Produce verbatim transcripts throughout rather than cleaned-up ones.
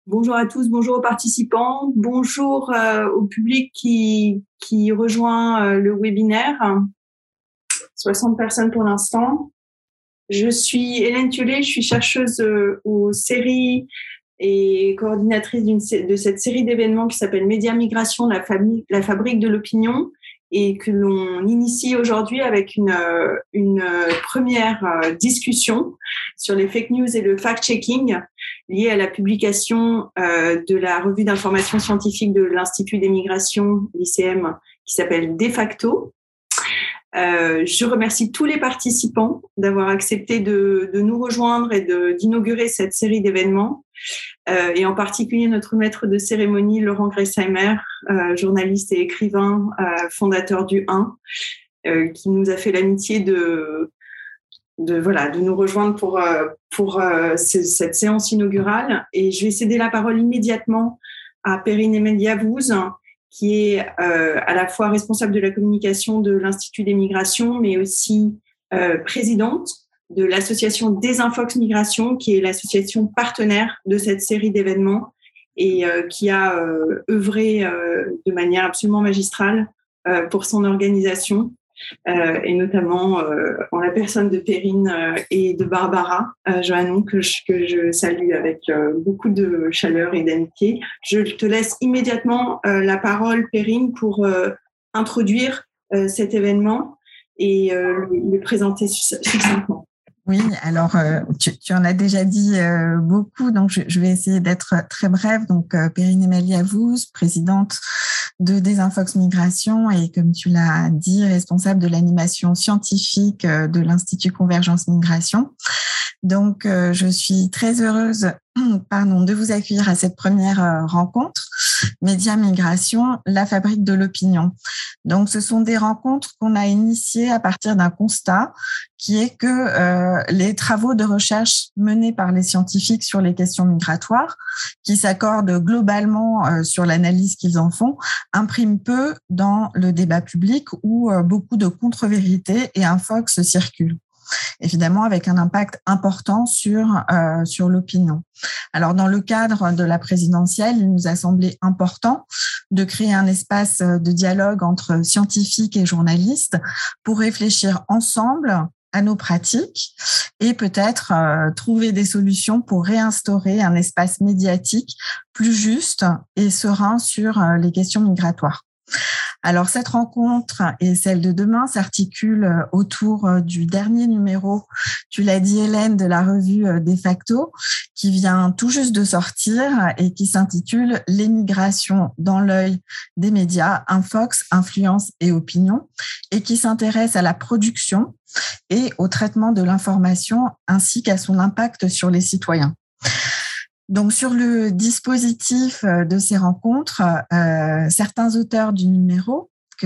Bonjour à tous, bonjour aux participants, bonjour euh, au public qui, qui rejoint euh, le webinaire. soixante personnes pour l'instant. Je suis Hélène Thiollet, je suis chercheuse euh, aux séries et coordinatrice d'une, de cette série d'événements qui s'appelle Média Migration, la, famille, la fabrique de l'opinion, et que l'on initie aujourd'hui avec une, une première discussion sur les fake news et le fact-checking lié à la publication de la revue d'information scientifique de l'Institut des migrations, l'I C M, qui s'appelle De facto. Euh, je remercie tous les participants d'avoir accepté de, de nous rejoindre et de, d'inaugurer cette série d'événements, euh, et en particulier notre maître de cérémonie, Laurent Gresheimer, euh, journaliste et écrivain, euh, fondateur du un, euh, qui nous a fait l'amitié de, de, voilà, de nous rejoindre pour, euh, pour euh, c- cette séance inaugurale. Et je vais céder la parole immédiatement à Perrine Emeliavouz, qui est euh, à la fois responsable de la communication de l'Institut des migrations, mais aussi euh, présidente de l'association Desinfox Migration, qui est l'association partenaire de cette série d'événements et euh, qui a euh, œuvré euh, de manière absolument magistrale euh, pour son organisation. Euh, et notamment euh, en la personne de Perrine euh, et de Barbara euh, Joannon, que je, que je salue avec euh, beaucoup de chaleur et d'amitié. Je te laisse immédiatement euh, la parole, Perrine, pour euh, introduire euh, cet événement et euh, le, le présenter succinctement. Oui, alors euh, tu, tu en as déjà dit euh, beaucoup, donc je, je vais essayer d'être très brève. Donc euh, Perrine Emeliavouz, présidente de Desinfox Migration et, comme tu l'as dit, responsable de l'animation scientifique euh, de l'Institut Convergence Migration. Donc euh, je suis très heureuse pardon, de vous accueillir à cette première euh, rencontre, Média Migration, la fabrique de l'opinion. Donc ce sont des rencontres qu'on a initiées à partir d'un constat qui est que euh, les travaux de recherche menés par les scientifiques sur les questions migratoires, qui s'accordent globalement euh, sur l'analyse qu'ils en font, impriment peu dans le débat public où euh, beaucoup de contre-vérités et infox circulent. Évidemment, avec un impact important sur, euh, sur l'opinion. Alors, dans le cadre de la présidentielle, il nous a semblé important de créer un espace de dialogue entre scientifiques et journalistes pour réfléchir ensemble à nos pratiques et peut-être euh, trouver des solutions pour réinstaurer un espace médiatique plus juste et serein sur euh, les questions migratoires. Alors, cette rencontre et celle de demain s'articulent autour du dernier numéro, tu l'as dit Hélène, de la revue De facto, qui vient tout juste de sortir et qui s'intitule « L'émigration dans l'œil des médias, infox, influence et opinion » et qui s'intéresse à la production et au traitement de l'information ainsi qu'à son impact sur les citoyens. Donc, sur le dispositif de ces rencontres, euh, certains auteurs du numéro que,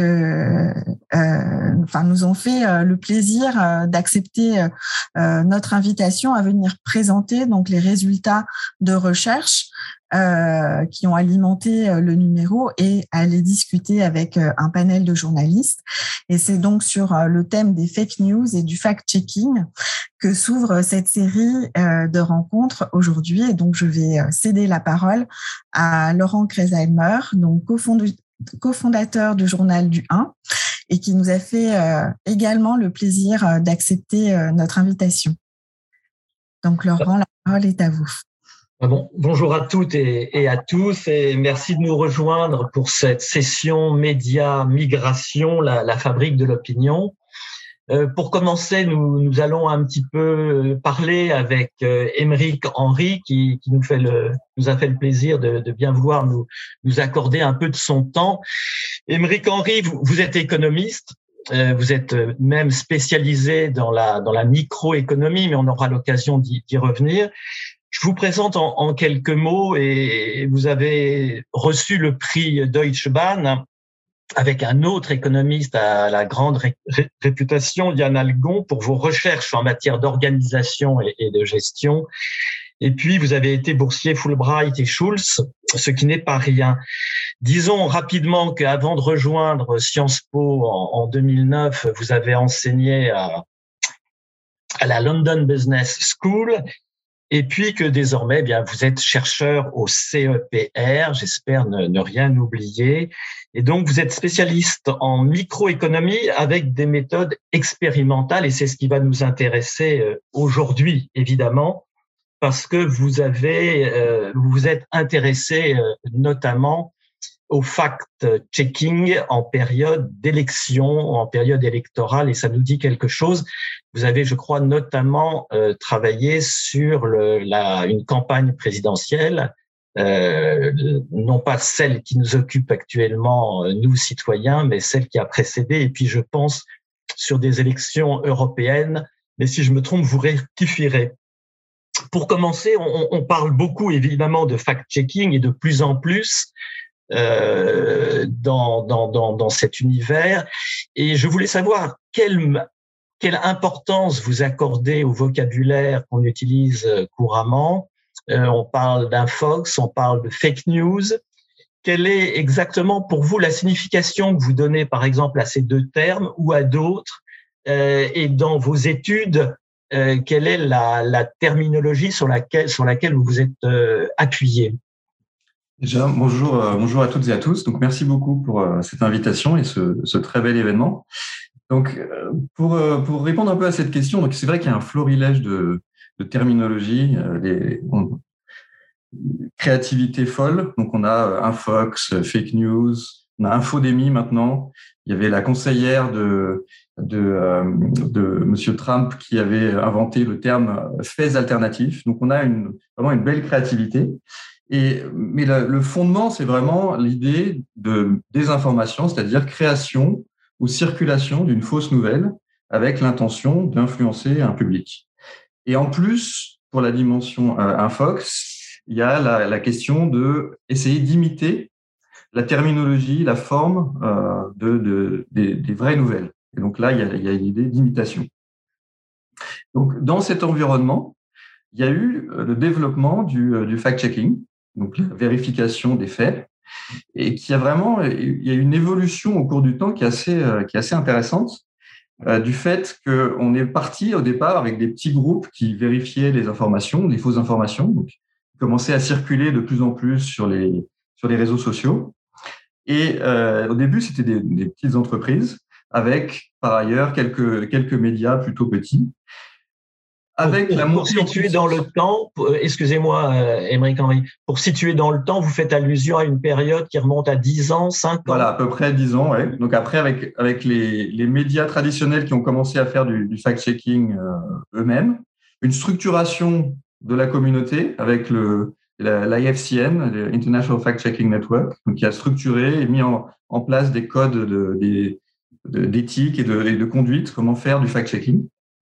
euh, enfin, nous ont fait euh, le plaisir euh, d'accepter euh, notre invitation à venir présenter donc les résultats de recherche euh, qui ont alimenté euh, le numéro et à les discuter avec euh, un panel de journalistes. Et c'est donc sur euh, le thème des fake news et du fact-checking que s'ouvre cette série euh, de rencontres aujourd'hui. Et donc, je vais euh, céder la parole à Laurent Gresheimer, donc cofondateur cofondateur du journal du un et qui nous a fait euh, également le plaisir euh, d'accepter euh, notre invitation. Donc Laurent, la parole est à vous. Bon, bonjour à toutes et, et à tous et merci de nous rejoindre pour cette session Média Migration, la, la fabrique de l'opinion. Euh, pour commencer, nous, nous allons un petit peu parler avec euh, Émeric Henry qui, qui nous, fait le, nous a fait le plaisir de, de bien vouloir nous, nous accorder un peu de son temps. Émeric Henry, vous, vous êtes économiste, euh, vous êtes même spécialisé dans la, dans la microéconomie, mais on aura l'occasion d'y, d'y revenir. Je vous présente en, en quelques mots et vous avez reçu le prix Deutsche Bahn avec un autre économiste à la grande ré- réputation, Yann Algon, pour vos recherches en matière d'organisation et, et de gestion. Et puis, vous avez été boursier Fulbright et Schulz, ce qui n'est pas rien. Disons rapidement qu'avant de rejoindre Sciences Po en, en deux mille neuf, vous avez enseigné à, à la London Business School. et puis que désormais, eh bien, vous êtes chercheur au C E P R, j'espère ne, ne rien oublier, et donc vous êtes spécialiste en microéconomie avec des méthodes expérimentales, et c'est ce qui va nous intéresser aujourd'hui, évidemment, parce que vous avez, euh, vous vous êtes intéressé euh, notamment au fact-checking en période d'élection, en période électorale, et ça nous dit quelque chose. Vous avez, je crois, notamment euh, travaillé sur le, la, une campagne présidentielle, euh, non pas celle qui nous occupe actuellement, nous citoyens, mais celle qui a précédé, et puis je pense sur des élections européennes, mais si je me trompe, vous rectifierez. Pour commencer, on, on parle beaucoup évidemment de fact-checking et de plus en plus Euh, dans, dans, dans, dans cet univers. Et je voulais savoir quelle, quelle importance vous accordez au vocabulaire qu'on utilise couramment. Euh, on parle d'infox, on parle de fake news. Quelle est exactement pour vous la signification que vous donnez, par exemple, à ces deux termes ou à d'autres? Euh, et dans vos études, euh, quelle est la, la terminologie sur laquelle, sur laquelle vous vous êtes euh, appuyé? Déjà, bonjour, euh, bonjour à toutes et à tous. Donc, merci beaucoup pour euh, cette invitation et ce, ce très bel événement. Donc, euh, pour, euh, pour répondre un peu à cette question, donc c'est vrai qu'il y a un florilège de, de terminologie, euh, des, on, créativité folle. Donc, on a euh, infox, fake news, on a infodémie maintenant. Il y avait la conseillère de de, euh, de Monsieur Trump qui avait inventé le terme faits alternatifs. Donc, on a une, vraiment une belle créativité. Et, mais le, le fondement, c'est vraiment l'idée de désinformation, c'est-à-dire création ou circulation d'une fausse nouvelle avec l'intention d'influencer un public. Et en plus, pour la dimension euh, infox, il y a la, la question de essayer d'imiter la terminologie, la forme euh, de, de, des, des vraies nouvelles. Et donc là, il y a, il y a l'idée d'imitation. Donc, dans cet environnement, il y a eu le développement du, du fact-checking, donc la vérification des faits, et qui a vraiment, il y a une évolution au cours du temps qui est assez, qui est assez intéressante, euh, du fait qu'on est parti au départ avec des petits groupes qui vérifiaient les informations, les fausses informations, donc qui commençaient à circuler de plus en plus sur les, sur les réseaux sociaux. Et euh, au début, c'était des, des petites entreprises avec, par ailleurs, quelques, quelques médias plutôt petits. Avec pour, la pour situer dans le temps, excusez-moi, Aymeric Henry, pour situer dans le temps, vous faites allusion à une période qui remonte à dix ans, cinq ans. Voilà, à peu près dix ans, ouais. Donc après, avec, avec les, les médias traditionnels qui ont commencé à faire du, du fact-checking euh, eux-mêmes, une structuration de la communauté avec le, l'I F C N, l'International Fact-Checking Network, donc qui a structuré et mis en, en place des codes de, de, de, d'éthique et de, et de conduite, comment faire du fact-checking.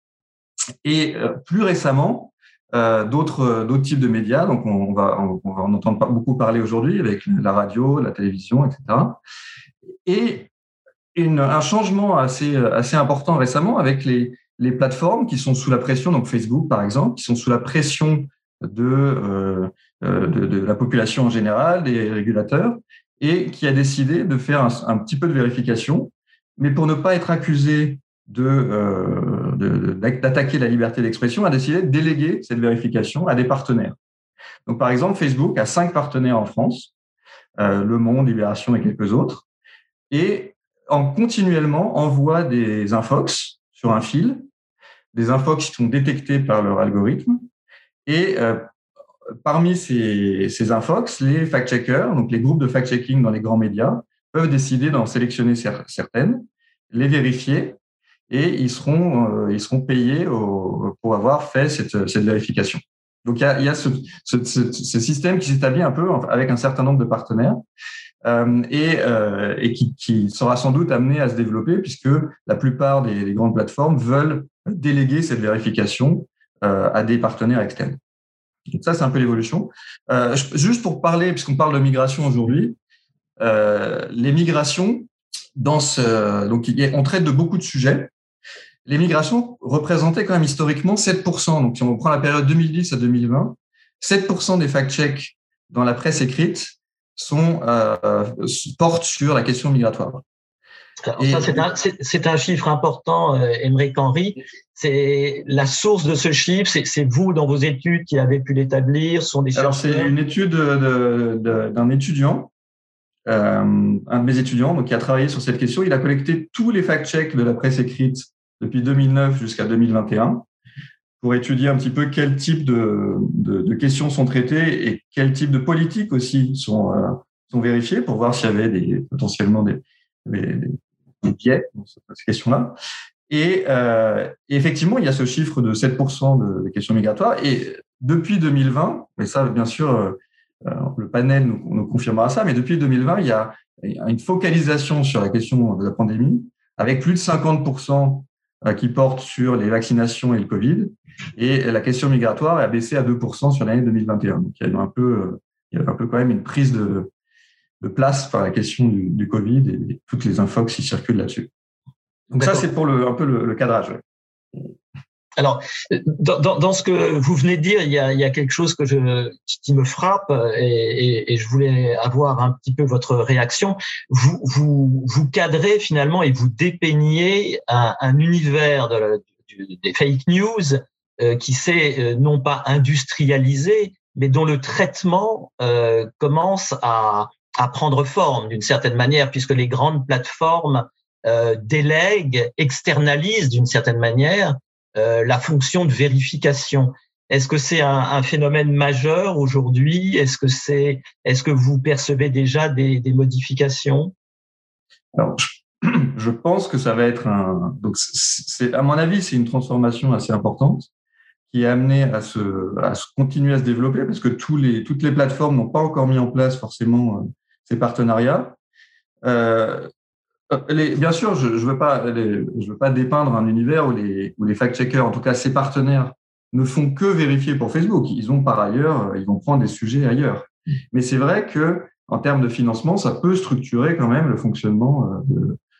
Et euh, plus récemment, euh, d'autres d'autres types de médias, donc on, on va on, on va en entendre beaucoup parler aujourd'hui avec la radio, la télévision, et cetera. Et une, un changement assez assez important récemment avec les les plateformes qui sont sous la pression, donc Facebook par exemple, qui sont sous la pression de euh, de, de la population en général, des régulateurs, et qui a décidé de faire un, un petit peu de vérification, mais pour ne pas être accusé de, euh, de, d'attaquer la liberté d'expression, a décidé de déléguer cette vérification à des partenaires. Donc, par exemple, Facebook a cinq partenaires en France, euh, Le Monde, Libération et quelques autres, et en continuellement envoie des infox sur un fil, des infox qui sont détectés par leur algorithme, et euh, parmi ces, ces infox, les fact-checkers, donc les groupes de fact-checking dans les grands médias, peuvent décider d'en sélectionner certaines, les vérifier, et ils seront, euh, ils seront payés au, pour avoir fait cette, cette vérification. Donc, il y a, il y a ce, ce, ce, ce système qui s'établit un peu avec un certain nombre de partenaires euh, et, euh, et qui, qui sera sans doute amené à se développer puisque la plupart des, des grandes plateformes veulent déléguer cette vérification euh, à des partenaires externes. Donc, ça, c'est un peu l'évolution. Euh, juste pour parler, puisqu'on parle de migration aujourd'hui, euh, les migrations, dans ce, donc on traite de beaucoup de sujets. Les migrations représentaient quand même historiquement sept pour cent. Donc, si on prend la période deux mille dix à deux mille vingt, sept pour cent des fact-checks dans la presse écrite sont, euh, portent sur la question migratoire. Alors, ça, c'est un, c'est, c'est un chiffre important, euh, Aymeric Henry. C'est la source de ce chiffre. C'est, c'est vous, dans vos études, qui avez pu l'établir. Ce sont des Alors, chercheurs. c'est une étude de, de, d'un étudiant, euh, un de mes étudiants, donc, qui a travaillé sur cette question. Il a collecté tous les fact-checks de la presse écrite depuis deux mille neuf jusqu'à deux mille vingt et un pour étudier un petit peu quel type de, de, de questions sont traitées et quel type de politiques aussi sont, euh, sont vérifiées pour voir s'il y avait des, potentiellement des, des, des biais dans ces questions-là. Et, euh, et effectivement, il y a ce chiffre de sept pour cent de, de questions migratoires. Et depuis deux mille vingt, mais ça, bien sûr, euh, le panel nous, nous confirmera ça, mais depuis deux mille vingt, il y a une focalisation sur la question de la pandémie, avec plus de cinquante pour cent qui portent sur les vaccinations et le Covid. Et la question migratoire a baissé à deux pour cent sur l'année deux mille vingt et un. Donc, il y a un peu, il y a un peu quand même une prise de, de place par la question du, du Covid et toutes les infos qui circulent là-dessus. Donc, D'accord. Ça, c'est pour le, un peu le, le cadrage. Ouais. Alors, dans, dans, dans ce que vous venez de dire, il y a, il y a quelque chose que je, qui me frappe et, et, et je voulais avoir un petit peu votre réaction. Vous, vous, vous cadrez finalement et vous dépeignez un, un univers de la, du, des fake news euh, qui s'est euh, non pas industrialisé, mais dont le traitement euh, commence à, à prendre forme d'une certaine manière, puisque les grandes plateformes euh, délèguent, externalisent d'une certaine manière Euh, la fonction de vérification. Est-ce que c'est un, un phénomène majeur aujourd'hui? Est-ce que c'est, est-ce que vous percevez déjà des, des modifications? Alors, je, je pense que ça va être un. Donc, c'est, à mon avis, c'est une transformation assez importante qui est amenée à se, à se continuer à se développer parce que tous les, toutes les plateformes n'ont pas encore mis en place forcément euh, ces partenariats. Euh, Les, bien sûr, je ne veux pas, les, je veux pas dépeindre un univers où les, où les fact-checkers, en tout cas ses partenaires, ne font que vérifier pour Facebook. Ils ont par ailleurs, ils vont prendre des sujets ailleurs. Mais c'est vrai que en termes de financement, ça peut structurer quand même le fonctionnement de,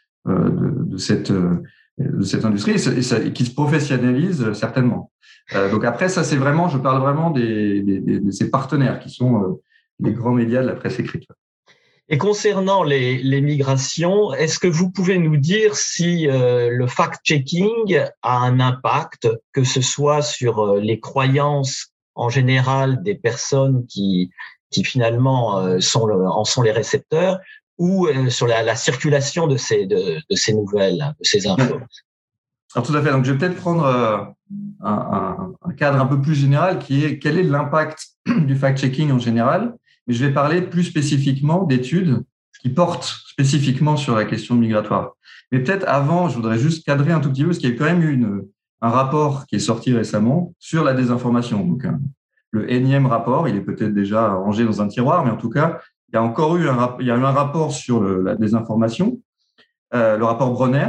de, de cette, de cette industrie et, ça, et, ça, et qui se professionnalise certainement. Euh, donc après, ça c'est vraiment, je parle vraiment des, des, des, de ces partenaires qui sont les grands médias de la presse écrite. Et concernant les, les migrations, est-ce que vous pouvez nous dire si euh, le fact-checking a un impact, que ce soit sur euh, les croyances en général des personnes qui, qui finalement euh, sont le, en sont les récepteurs, ou euh, sur la, la circulation de ces, de, de ces nouvelles, de ces infos? Alors tout à fait. Donc je vais peut-être prendre euh, un, un, un cadre un peu plus général qui est quel est l'impact du fact-checking en général. Mais je vais parler plus spécifiquement d'études qui portent spécifiquement sur la question migratoire. Mais peut-être avant, je voudrais juste cadrer un tout petit peu, parce qu'il y a quand même eu une, un rapport qui est sorti récemment sur la désinformation. Donc, un, le énième rapport, il est peut-être déjà rangé dans un tiroir, mais en tout cas, il y a encore eu un, il y a eu un rapport sur le, la désinformation, euh, le rapport Bronner.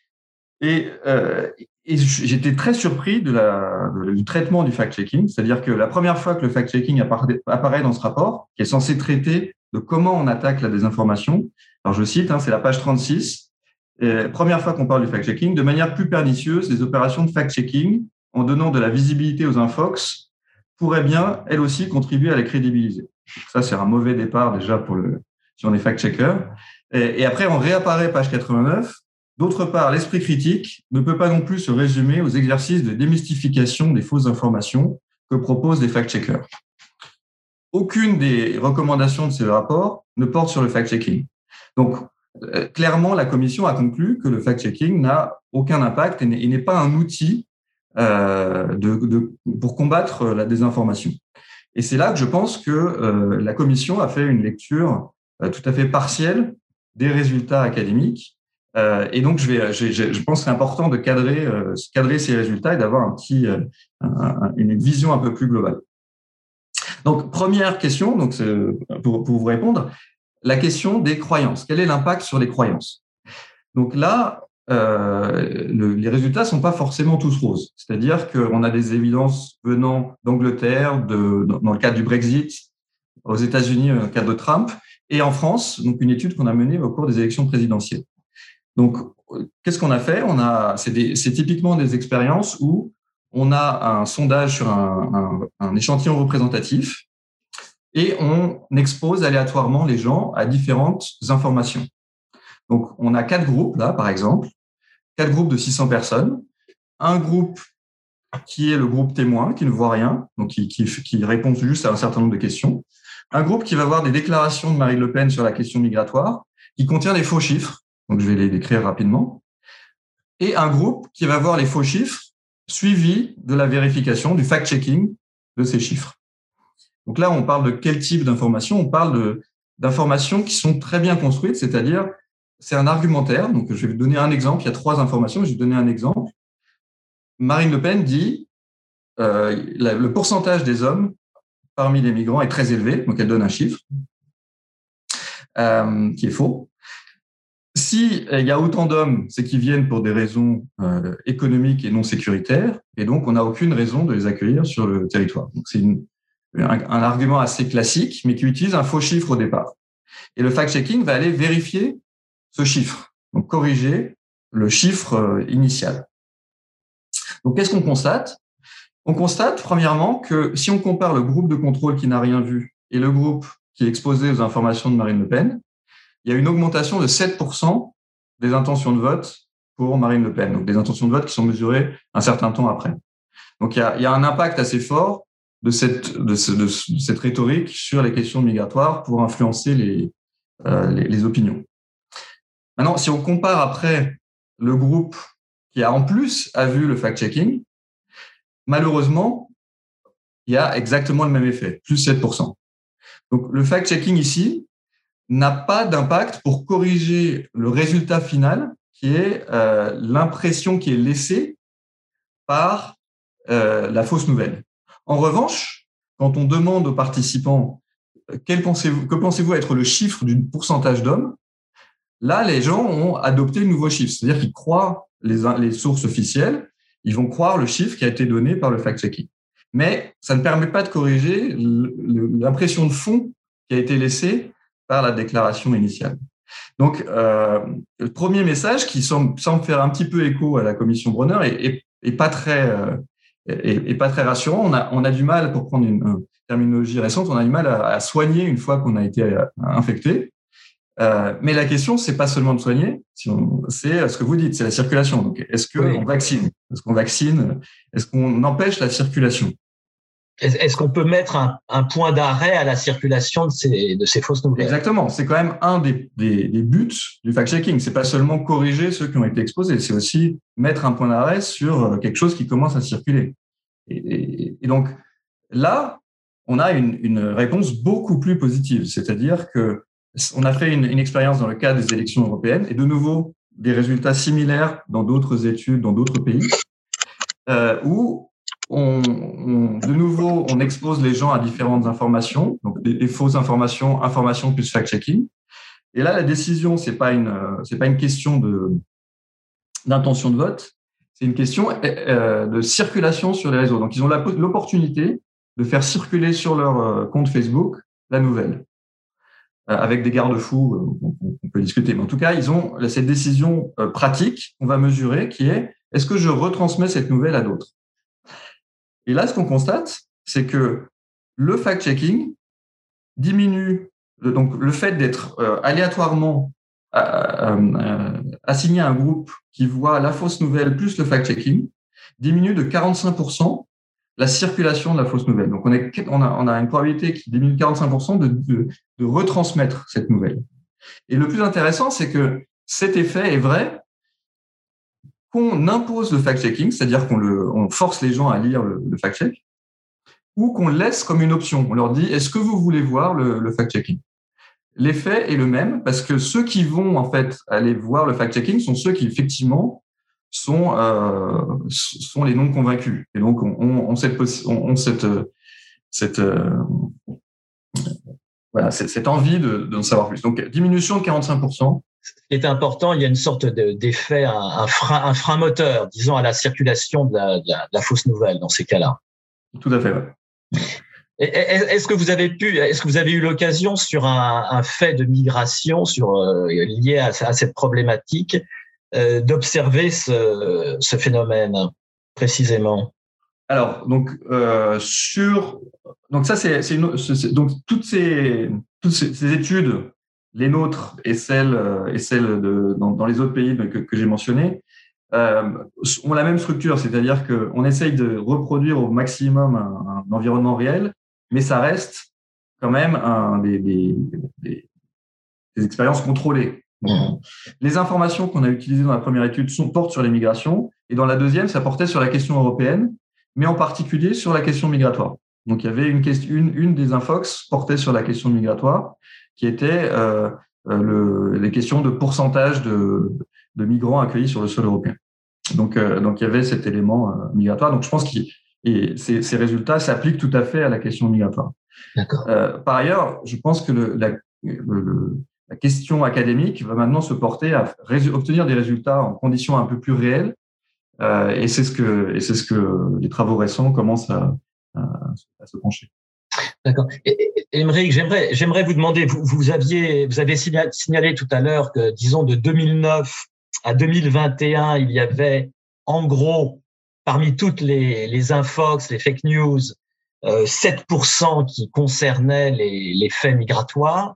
Et, euh, et j'étais très surpris de la, de, du traitement du fact-checking, c'est-à-dire que la première fois que le fact-checking apparaît dans ce rapport, qui est censé traiter de comment on attaque la désinformation, alors je cite, hein, c'est la page trente-six, et première fois qu'on parle du fact-checking, de manière plus pernicieuse, les opérations de fact-checking, en donnant de la visibilité aux infox, pourraient bien, elles aussi, contribuer à les crédibiliser. Ça, c'est un mauvais départ déjà pour le, si on est fact-checker. Et, et après, on réapparaît page quatre-vingt-neuf. D'autre part, l'esprit critique ne peut pas non plus se résumer aux exercices de démystification des fausses informations que proposent les fact-checkers. Aucune des recommandations de ces rapports ne porte sur le fact-checking. Donc, euh, clairement, la commission a conclu que le fact-checking n'a aucun impact et n'est pas un outil euh, de, de, pour combattre la désinformation. Et c'est là que je pense que euh, la commission a fait une lecture euh, tout à fait partielle des résultats académiques. Euh, et donc, je, vais, je, je pense que c'est important de cadrer, euh, cadrer ces résultats et d'avoir un petit, euh, un, une vision un peu plus globale. Donc, première question, donc pour, pour vous répondre, la question des croyances. Quel est l'impact sur les croyances? Donc là, euh, le, les résultats ne sont pas forcément tous roses. C'est-à-dire qu'on a des évidences venant d'Angleterre, de, dans le cadre du Brexit, aux États-Unis, dans le cadre de Trump, et en France, donc une étude qu'on a menée au cours des élections présidentielles. Donc, qu'est-ce qu'on a fait? On a, c'est, des, c'est typiquement des expériences où on a un sondage sur un, un, un échantillon représentatif et on expose aléatoirement les gens à différentes informations. Donc, on a quatre groupes, là, par exemple, quatre groupes de six cents personnes. Un groupe qui est le groupe témoin, qui ne voit rien, donc qui, qui, qui répond juste à un certain nombre de questions. Un groupe qui va voir des déclarations de Marine Le Pen sur la question migratoire, qui contient des faux chiffres, donc je vais les décrire rapidement. Et un groupe qui va voir les faux chiffres suivis de la vérification, du fact-checking de ces chiffres. Donc là, on parle de quel type d'informations? On parle de, d'informations qui sont très bien construites, c'est-à-dire, c'est un argumentaire. Donc, je vais vous donner un exemple. Il y a trois informations. Je vais vous donner un exemple. Marine Le Pen dit euh, la, le pourcentage des hommes parmi les migrants est très élevé. Donc, elle donne un chiffre euh, qui est faux. Si il y a autant d'hommes, c'est qu'ils viennent pour des raisons euh, économiques et non sécuritaires, et donc on n'a aucune raison de les accueillir sur le territoire. Donc, c'est une, un, un argument assez classique, mais qui utilise un faux chiffre au départ. Et le fact-checking va aller vérifier ce chiffre, donc corriger le chiffre initial. Donc, qu'est-ce qu'on constate? On constate, premièrement, que si on compare le groupe de contrôle qui n'a rien vu et le groupe qui est exposé aux informations de Marine Le Pen, il y a une augmentation de sept pour cent des intentions de vote pour Marine Le Pen, donc des intentions de vote qui sont mesurées un certain temps après. Donc, il y a, il y a un impact assez fort de cette, de, ce, de cette rhétorique sur les questions migratoires pour influencer les, euh, les, les opinions. Maintenant, si on compare après le groupe qui a en plus a vu le fact-checking, malheureusement, il y a exactement le même effet, plus sept pour cent. Donc, le fact-checking ici n'a pas d'impact pour corriger le résultat final, qui est euh, l'impression qui est laissée par euh, la fausse nouvelle. En revanche, quand on demande aux participants quel pensez-vous, que pensez-vous être le chiffre du pourcentage d'hommes, là, les gens ont adopté le nouveau chiffre, c'est-à-dire qu'ils croient les, les sources officielles, ils vont croire le chiffre qui a été donné par le fact-checking. Mais ça ne permet pas de corriger l'impression de fond qui a été laissée par la déclaration initiale. Donc, euh, le premier message qui semble, semble faire un petit peu écho à la commission Bronner est, est, est pas très, euh, est, est pas très rassurant. On a, on a du mal, pour prendre une, une terminologie récente, on a du mal à, à soigner une fois qu'on a été infecté. Euh, mais la question, c'est pas seulement de soigner, c'est ce que vous dites, c'est la circulation. Donc, est-ce qu'on oui. vaccine? Est-ce qu'on vaccine? Est-ce qu'on empêche la circulation? Est-ce qu'on peut mettre un, un point d'arrêt à la circulation de ces, de ces fausses nouvelles? Exactement. C'est quand même un des, des, des buts du fact-checking. C'est pas seulement corriger ceux qui ont été exposés, c'est aussi mettre un point d'arrêt sur quelque chose qui commence à circuler. Et, et, et donc, là, on a une, une réponse beaucoup plus positive. C'est-à-dire que on a fait une, une expérience dans le cadre des élections européennes et de nouveau, des résultats similaires dans d'autres études, dans d'autres pays, euh, où On, on, de nouveau, on expose les gens à différentes informations, donc des, des fausses informations, informations plus fact-checking. Et là, la décision, c'est pas une, c'est pas une question de d'intention de vote, c'est une question euh, de circulation sur les réseaux. Donc, ils ont la, l'opportunité de faire circuler sur leur compte Facebook la nouvelle, euh, avec des garde-fous, on, on peut discuter. Mais en tout cas, ils ont cette décision euh, pratique qu'on va mesurer, qui est est-ce que je retransmets cette nouvelle à d'autres? Et là, ce qu'on constate, c'est que le fact-checking diminue, donc le fait d'être euh, aléatoirement euh, euh, assigné à un groupe qui voit la fausse nouvelle plus le fact-checking, diminue de quarante-cinq pour cent la circulation de la fausse nouvelle. Donc, on, est, on, a, on a une probabilité qui diminue de quarante-cinq pour cent de, de, de retransmettre cette nouvelle. Et le plus intéressant, c'est que cet effet est vrai qu'on impose le fact-checking, c'est-à-dire qu'on le, on force les gens à lire le, le fact-check, ou qu'on le laisse comme une option. On leur dit, est-ce que vous voulez voir le, le fact-checking? L'effet est le même parce que ceux qui vont en fait aller voir le fact-checking sont ceux qui effectivement sont euh, sont les non convaincus. Et donc on, on, on cette on, on cette cette euh, voilà cette, cette envie de d'en savoir plus. Donc diminution de quarante-cinq pour cent. Ce qui est important, il y a une sorte de, d'effet, un, un frein, un frein moteur, disons, à la circulation de la, de la, de la fausse nouvelle dans ces cas-là. Tout à fait. Ouais. Est-ce que vous avez pu, est-ce que vous avez eu l'occasion sur un, un fait de migration, sur euh, lié à, à cette problématique, euh, d'observer ce, ce phénomène précisément? Alors, donc euh, sur, donc ça c'est, c'est, une, c'est donc toutes ces toutes ces, ces études les nôtres et celles, et celles de, dans, dans les autres pays que, que j'ai mentionnés, euh, ont la même structure, c'est-à-dire qu'on essaye de reproduire au maximum un, un environnement réel, mais ça reste quand même un, des, des, des, des expériences contrôlées. Bon. Les informations qu'on a utilisées dans la première étude sont, portent sur les migrations, et dans la deuxième, ça portait sur la question européenne, mais en particulier sur la question migratoire. Donc, il y avait une, question, une, une des infox portait sur la question migratoire, qui était euh, le, les questions de pourcentage de, de migrants accueillis sur le sol européen. Donc, euh, donc il y avait cet élément euh, migratoire. Donc, je pense que ces, ces résultats s'appliquent tout à fait à la question migratoire. D'accord. Euh, par ailleurs, je pense que le, la, le, le, la question académique va maintenant se porter à rés- obtenir des résultats en conditions un peu plus réelles. Euh, et c'est ce que, et c'est ce que les travaux récents commencent à, à, à se pencher. D'accord. Aymeric, j'aimerais, j'aimerais vous demander, vous, vous aviez, vous avez signalé, signalé tout à l'heure que, disons, de deux mille neuf à deux mille vingt et un, il y avait, en gros, parmi toutes les, les infox, les fake news, euh, sept pour cent qui concernaient les, les faits migratoires,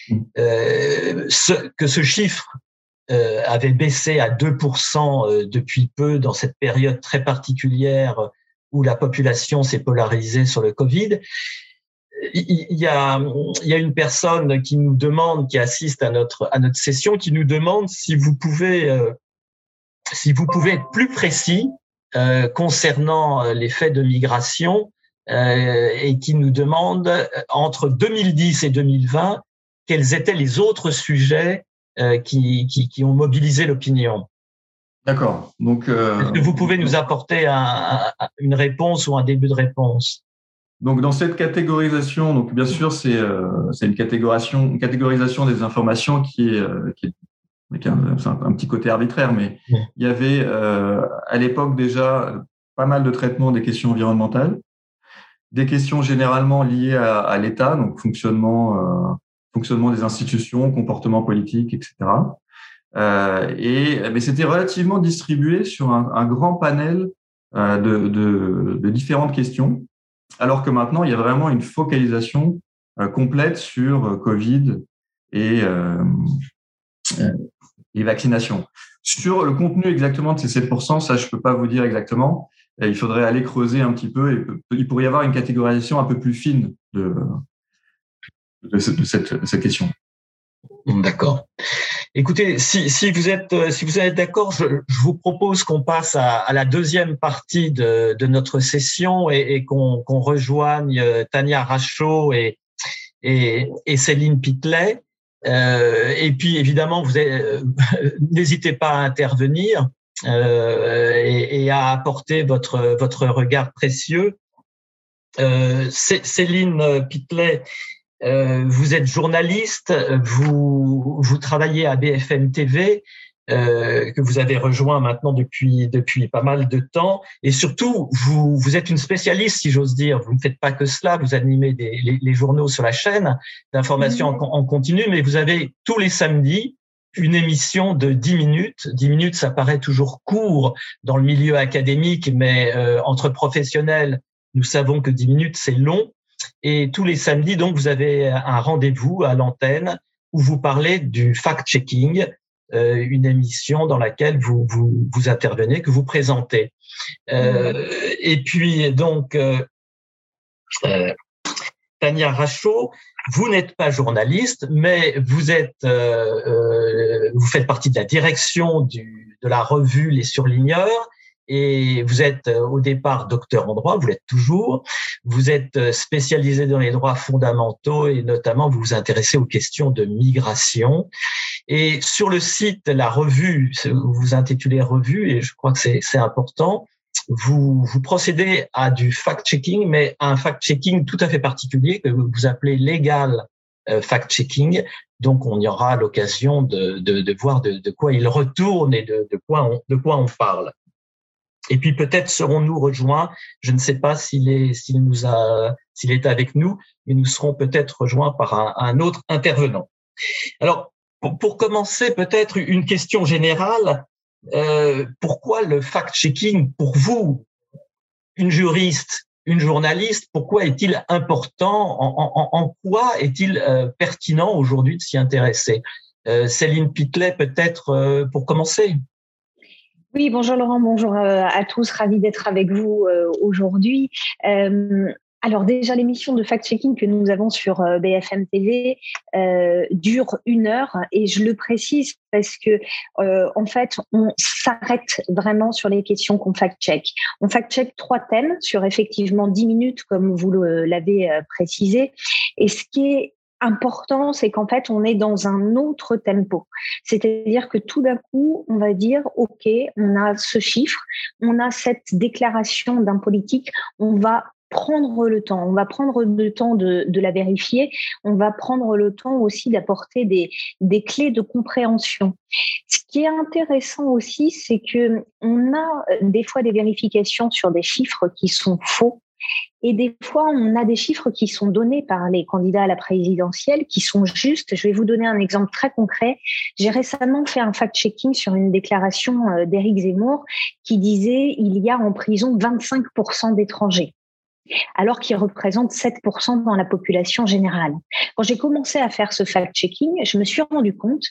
euh, ce, que ce chiffre euh, avait baissé à deux pour cent euh, depuis peu dans cette période très particulière où la population s'est polarisée sur le Covid. Il y a, il y a une personne qui nous demande, qui assiste à notre, à notre session, qui nous demande si vous pouvez, euh, si vous pouvez être plus précis euh, concernant les faits de migration euh, et qui nous demande entre deux mille dix et deux mille vingt quels étaient les autres sujets euh, qui, qui, qui ont mobilisé l'opinion. D'accord. Donc, euh, est-ce que vous pouvez nous apporter un, un, une réponse ou un début de réponse? Donc, dans cette catégorisation, donc bien sûr, c'est euh, c'est une catégorisation, une catégorisation des informations qui est, euh, qui est, qui a un, un, un petit côté arbitraire, mais mmh. il y avait euh, à l'époque déjà pas mal de traitements des questions environnementales, des questions généralement liées à, à l'État, donc fonctionnement, euh, fonctionnement des institutions, comportement politique, et cetera. Euh, et mais c'était relativement distribué sur un, un grand panel euh, de, de, de différentes questions. Alors que maintenant, il y a vraiment une focalisation euh, complète sur euh, Covid et euh, euh, les vaccinations. Sur le contenu exactement de ces sept pour cent, ça, je peux pas vous dire exactement. Et il faudrait aller creuser un petit peu et il pourrait y avoir une catégorisation un peu plus fine de, de, cette, de cette, de cette question. D'accord. Écoutez, si, si vous êtes, si vous êtes d'accord, je, je vous propose qu'on passe à, à la deuxième partie de, de notre session et, et qu'on, qu'on rejoigne Tania Rachaud et, et, et Céline Pitlet. Euh, et puis, évidemment, vous avez, euh, n'hésitez pas à intervenir euh, et, et à apporter votre, votre regard précieux. Euh, Céline Pitlet, Euh, vous êtes journaliste, vous vous travaillez à B F M T V, euh, que vous avez rejoint maintenant depuis depuis pas mal de temps, et surtout vous vous êtes une spécialiste, si j'ose dire. Vous ne faites pas que cela, vous animez des, les, les journaux sur la chaîne d'information mmh. en, en continu, mais vous avez tous les samedis une émission de dix minutes. dix minutes, ça paraît toujours court dans le milieu académique, mais euh, entre professionnels, nous savons que dix minutes c'est long. Et tous les samedis, donc, vous avez un rendez-vous à l'antenne où vous parlez du fact-checking, euh, une émission dans laquelle vous, vous, vous intervenez, que vous présentez. Euh, mmh. Et puis, donc, euh, euh, Tania Rachaud, vous n'êtes pas journaliste, mais vous êtes, euh, euh, vous faites partie de la direction du, de la revue Les Surligneurs. Et vous êtes au départ docteur en droit, vous l'êtes toujours. Vous êtes spécialisé dans les droits fondamentaux et notamment vous vous intéressez aux questions de migration. Et sur le site, la revue, vous vous intitulez revue et je crois que c'est, c'est important. Vous, vous procédez à du fact-checking, mais à un fact-checking tout à fait particulier que vous appelez legal fact-checking. Donc, on y aura l'occasion de, de, de voir de, de quoi il retourne et de, de quoi on, de quoi on parle. Et puis peut-être serons-nous rejoints, je ne sais pas s'il est, s'il nous a, s'il est avec nous, mais nous serons peut-être rejoints par un, un autre intervenant. Alors, pour, pour commencer, peut-être une question générale. Euh, pourquoi le fact-checking, pour vous, une juriste une journaliste, pourquoi est-il important, en, en, en quoi est-il euh, pertinent aujourd'hui de s'y intéresser? euh, Céline Pitlet, peut-être euh, pour commencer. Oui, bonjour Laurent, bonjour à tous, ravi d'être avec vous aujourd'hui. Euh, alors déjà, l'émission de fact-checking que nous avons sur B F M T V euh, dure une heure et je le précise parce que euh, en fait, on s'arrête vraiment sur les questions qu'on fact-check. On fact-check trois thèmes sur effectivement dix minutes, comme vous l'avez précisé. Et ce qui est important, c'est qu'en fait, on est dans un autre tempo. C'est-à-dire que tout d'un coup, on va dire, OK, on a ce chiffre, on a cette déclaration d'un politique, on va prendre le temps, on va prendre le temps de, de la vérifier, on va prendre le temps aussi d'apporter des, des clés de compréhension. Ce qui est intéressant aussi, c'est que on a des fois des vérifications sur des chiffres qui sont faux. Et des fois, on a des chiffres qui sont donnés par les candidats à la présidentielle qui sont justes. Je vais vous donner un exemple très concret. J'ai récemment fait un fact-checking sur une déclaration d'Éric Zemmour qui disait il y a en prison vingt-cinq pour cent d'étrangers, alors qu'ils représentent sept pour cent dans la population générale. Quand j'ai commencé à faire ce fact-checking, je me suis rendu compte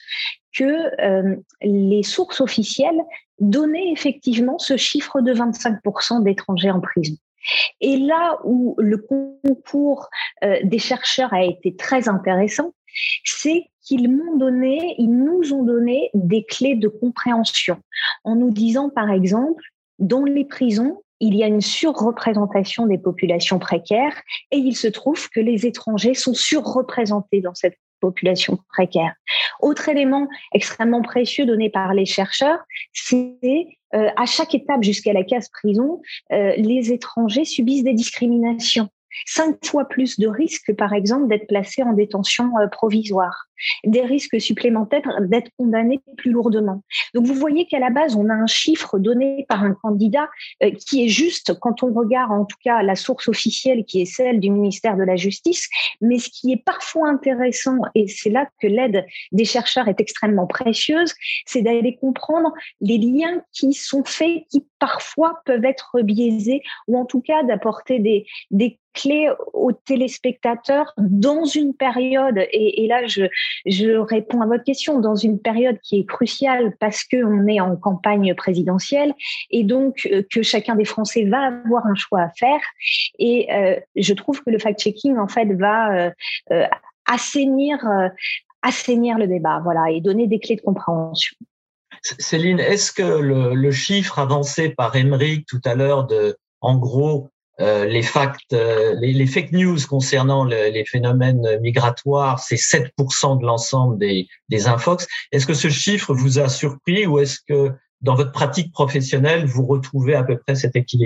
que euh, les sources officielles donnaient effectivement ce chiffre de vingt-cinq pour cent d'étrangers en prison. Et là où le concours euh, des chercheurs a été très intéressant, c'est qu'ils m'ont donné, ils nous ont donné des clés de compréhension en nous disant, par exemple, dans les prisons, il y a une surreprésentation des populations précaires et il se trouve que les étrangers sont surreprésentés dans cette population précaire. Autre élément extrêmement précieux donné par les chercheurs, c'est euh, à chaque étape jusqu'à la case prison, euh, les étrangers subissent des discriminations. Cinq fois plus de risques, par exemple, d'être placés en détention euh, provisoire. Des risques supplémentaires d'être condamnés plus lourdement. Donc, vous voyez qu'à la base, on a un chiffre donné par un candidat euh, qui est juste quand on regarde, en tout cas, la source officielle qui est celle du ministère de la Justice. Mais ce qui est parfois intéressant, et c'est là que l'aide des chercheurs est extrêmement précieuse, c'est d'aller comprendre les liens qui sont faits, qui parfois peuvent être biaisés, ou en tout cas d'apporter des, des clés aux téléspectateurs dans une période, et, et là je, je réponds à votre question, dans une période qui est cruciale parce qu'on est en campagne présidentielle et donc euh, que chacun des Français va avoir un choix à faire. Et euh, je trouve que le fact-checking en fait va euh, euh, assainir, euh, assainir le débat, voilà, et donner des clés de compréhension. Céline, est-ce que le, le chiffre avancé par Émeric tout à l'heure de, en gros, Euh, les facts, euh, les, les fake news concernant le, les phénomènes migratoires, c'est sept pour cent de l'ensemble des, des infox. Est-ce que ce chiffre vous a surpris ou est-ce que dans votre pratique professionnelle, vous retrouvez à peu près cet équilibre ?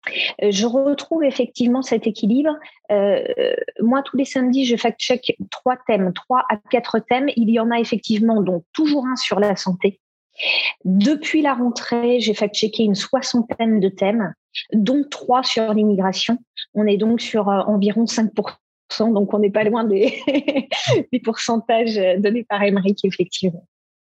Je retrouve effectivement cet équilibre. Euh, moi, tous les samedis, je fact-check trois thèmes, trois à quatre thèmes. Il y en a effectivement donc toujours un sur la santé. Depuis la rentrée, j'ai fact-checké une soixantaine de thèmes, dont trois sur l'immigration. On est donc sur euh, environ cinq pour cent, donc on n'est pas loin des, des pourcentages donnés par Émeric, effectivement.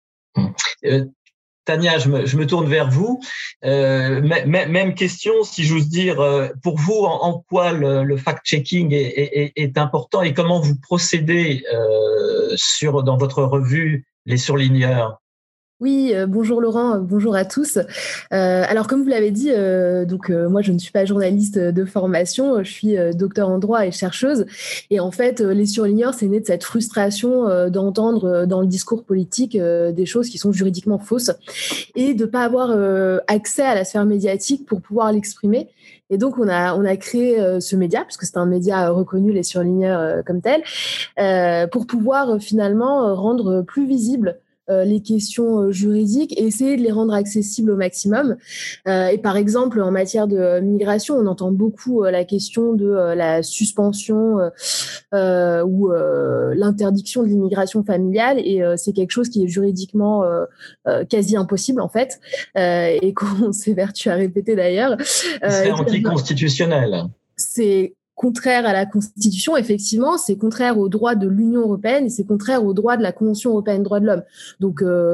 Euh, Tania, je me, je me tourne vers vous. Euh, m- même question, si j'ose dire, euh, pour vous, en, en quoi le, le fact-checking est, est, est important et comment vous procédez euh, sur, dans votre revue Les Surligneurs ? Oui, euh, bonjour Laurent, bonjour à tous. Euh, alors comme vous l'avez dit, euh, donc euh, moi je ne suis pas journaliste de formation, je suis euh, docteur en droit et chercheuse. Et en fait, euh, les surligneurs, c'est né de cette frustration euh, d'entendre euh, dans le discours politique euh, des choses qui sont juridiquement fausses et de pas avoir euh, accès à la sphère médiatique pour pouvoir l'exprimer. Et donc on a on a créé euh, ce média, puisque c'est un média reconnu, les surligneurs euh, comme tel, euh, pour pouvoir euh, finalement rendre plus visible Euh, les questions juridiques et essayer de les rendre accessibles au maximum. Euh, et par exemple, en matière de migration, on entend beaucoup euh, la question de euh, la suspension euh, euh, ou euh, l'interdiction de l'immigration familiale, et euh, c'est quelque chose qui est juridiquement euh, euh, quasi impossible en fait, euh, et qu'on s'évertue à répéter d'ailleurs. Euh, c'est anticonstitutionnel. C'est contraire à la Constitution, effectivement, c'est contraire aux droits de l'Union européenne et c'est contraire aux droits de la Convention européenne des droits de l'homme. Donc, euh,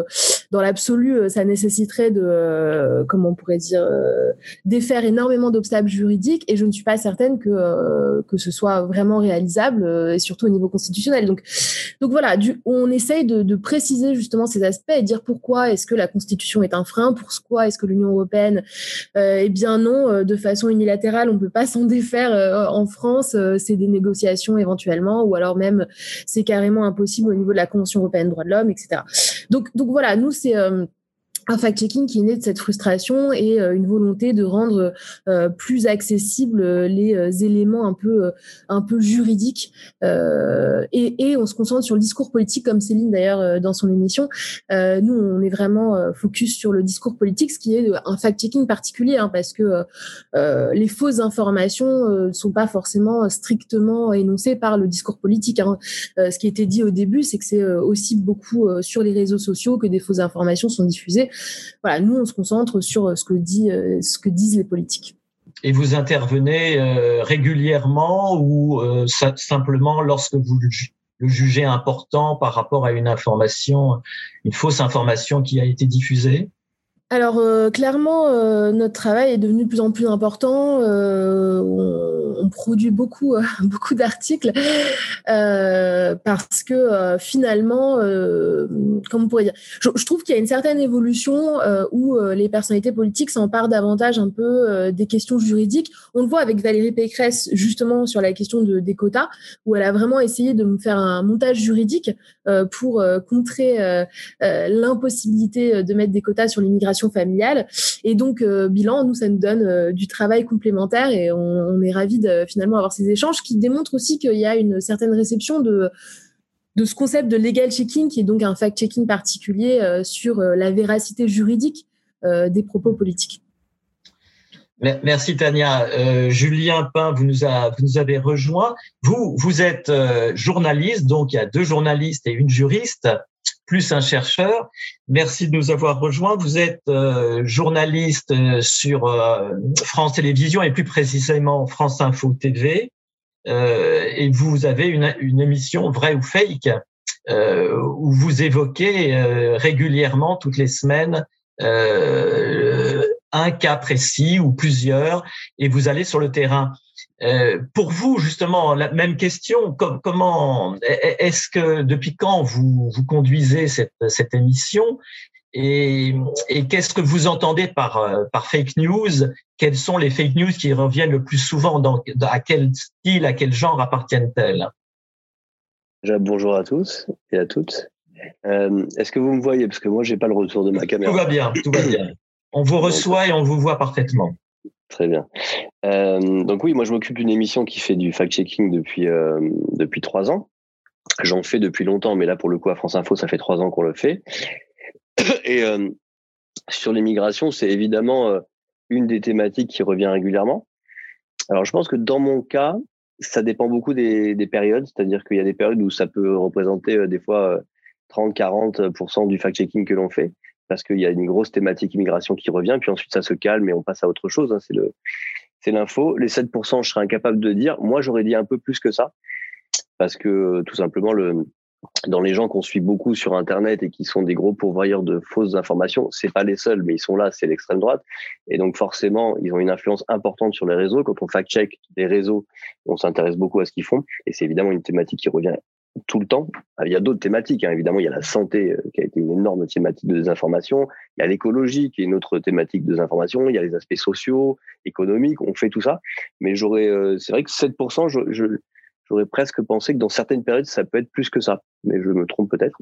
dans l'absolu, ça nécessiterait de, euh, comment on pourrait dire, euh, défaire énormément d'obstacles juridiques, et je ne suis pas certaine que euh, que ce soit vraiment réalisable, euh, et surtout au niveau constitutionnel. Donc, donc voilà, du, on essaye de, de préciser justement ces aspects et dire pourquoi est-ce que la Constitution est un frein, pourquoi est-ce que l'Union européenne, euh, eh bien non, euh, de façon unilatérale, on peut pas s'en défaire euh, en France, euh, c'est des négociations éventuellement, ou alors même c'est carrément impossible au niveau de la Convention européenne des droits de l'homme, et cetera. Donc, donc voilà, nous c'est euh, un fact-checking qui est né de cette frustration et euh, une volonté de rendre euh, plus accessibles les euh, éléments un peu euh, un peu juridiques, euh, et, et on se concentre sur le discours politique, comme Céline d'ailleurs euh, dans son émission. Euh, nous, on est vraiment euh, focus sur le discours politique, ce qui est un fact-checking particulier, hein, parce que euh, les fausses informations ne euh, sont pas forcément strictement énoncées par le discours politique, hein. Euh, ce qui était dit au début, c'est que c'est euh, aussi beaucoup euh, sur les réseaux sociaux que des fausses informations sont diffusées. Voilà, nous, on se concentre sur ce que, dit, ce que disent les politiques. Et vous intervenez euh, régulièrement ou euh, ça, simplement lorsque vous le jugez important par rapport à une information, une fausse information qui a été diffusée ? Alors, euh, clairement, euh, notre travail est devenu de plus en plus important. Euh, on, on produit beaucoup, euh, beaucoup d'articles euh, parce que euh, finalement, euh, comment on pourrait dire, je, je trouve qu'il y a une certaine évolution euh, où euh, les personnalités politiques s'emparent davantage un peu euh, des questions juridiques. On le voit avec Valérie Pécresse, justement, sur la question de, des quotas, où elle a vraiment essayé de me faire un montage juridique euh, pour euh, contrer euh, euh, l'impossibilité de mettre des quotas sur l'immigration familiale. Et donc, euh, bilan, nous, ça nous donne euh, du travail complémentaire, et on, on est ravis de finalement avoir ces échanges qui démontrent aussi qu'il y a une certaine réception de, de ce concept de legal checking, qui est donc un fact-checking particulier euh, sur euh, la véracité juridique euh, des propos politiques. Merci Tania. Euh, Julien Pin, vous nous, a, vous nous avez rejoint. Vous, vous êtes euh, journaliste, donc il y a deux journalistes et une juriste, plus un chercheur. Merci de nous avoir rejoints. Vous êtes euh, journaliste sur euh, France Télévisions et plus précisément France Info T V. Euh, et vous avez une, une émission Vrai ou Fake euh, où vous évoquez euh, régulièrement, toutes les semaines, euh, un cas précis ou plusieurs, et vous allez sur le terrain. Euh, pour vous, justement, la même question, com- comment, est-ce que, depuis quand vous, vous conduisez cette, cette émission, et, et qu'est-ce que vous entendez par, par fake news? Quelles sont les fake news qui reviennent le plus souvent? Dans, à quel style, à quel genre appartiennent-elles? Déjà, bonjour à tous et à toutes. Euh, est-ce que vous me voyez? Parce que moi, j'ai pas le retour de ma caméra. Tout va bien, tout va bien. On vous reçoit et on vous voit parfaitement. Très bien. Euh, donc oui, moi je m'occupe d'une émission qui fait du fact-checking depuis euh, depuis trois ans. J'en fais depuis longtemps, mais là pour le coup à France Info, ça fait trois ans qu'on le fait. Et euh, sur l'immigration, c'est évidemment euh, une des thématiques qui revient régulièrement. Alors je pense que dans mon cas, ça dépend beaucoup des, des périodes, c'est-à-dire qu'il y a des périodes où ça peut représenter euh, des fois euh, trente à quarante pour cent du fact-checking que l'on fait, parce qu'il y a une grosse thématique immigration qui revient, puis ensuite ça se calme et on passe à autre chose. Hein, c'est le, c'est l'info. Les sept pour cent, je serais incapable de dire. Moi, j'aurais dit un peu plus que ça, parce que tout simplement, le, dans les gens qu'on suit beaucoup sur Internet et qui sont des gros pourvoyeurs de fausses informations, c'est pas les seuls, mais ils sont là, c'est l'extrême droite. Et donc forcément, ils ont une influence importante sur les réseaux. Quand on fact-check des réseaux, on s'intéresse beaucoup à ce qu'ils font, et c'est évidemment une thématique qui revient tout le temps. Il y a d'autres thématiques, hein. Évidemment, il y a la santé euh, qui a été une énorme thématique de désinformation. Il y a l'écologie qui est une autre thématique de désinformation. Il y a les aspects sociaux, économiques. On fait tout ça. Mais j'aurais, euh, c'est vrai que sept pour cent, je, je, j'aurais presque pensé que dans certaines périodes, ça peut être plus que ça. Mais je me trompe peut-être.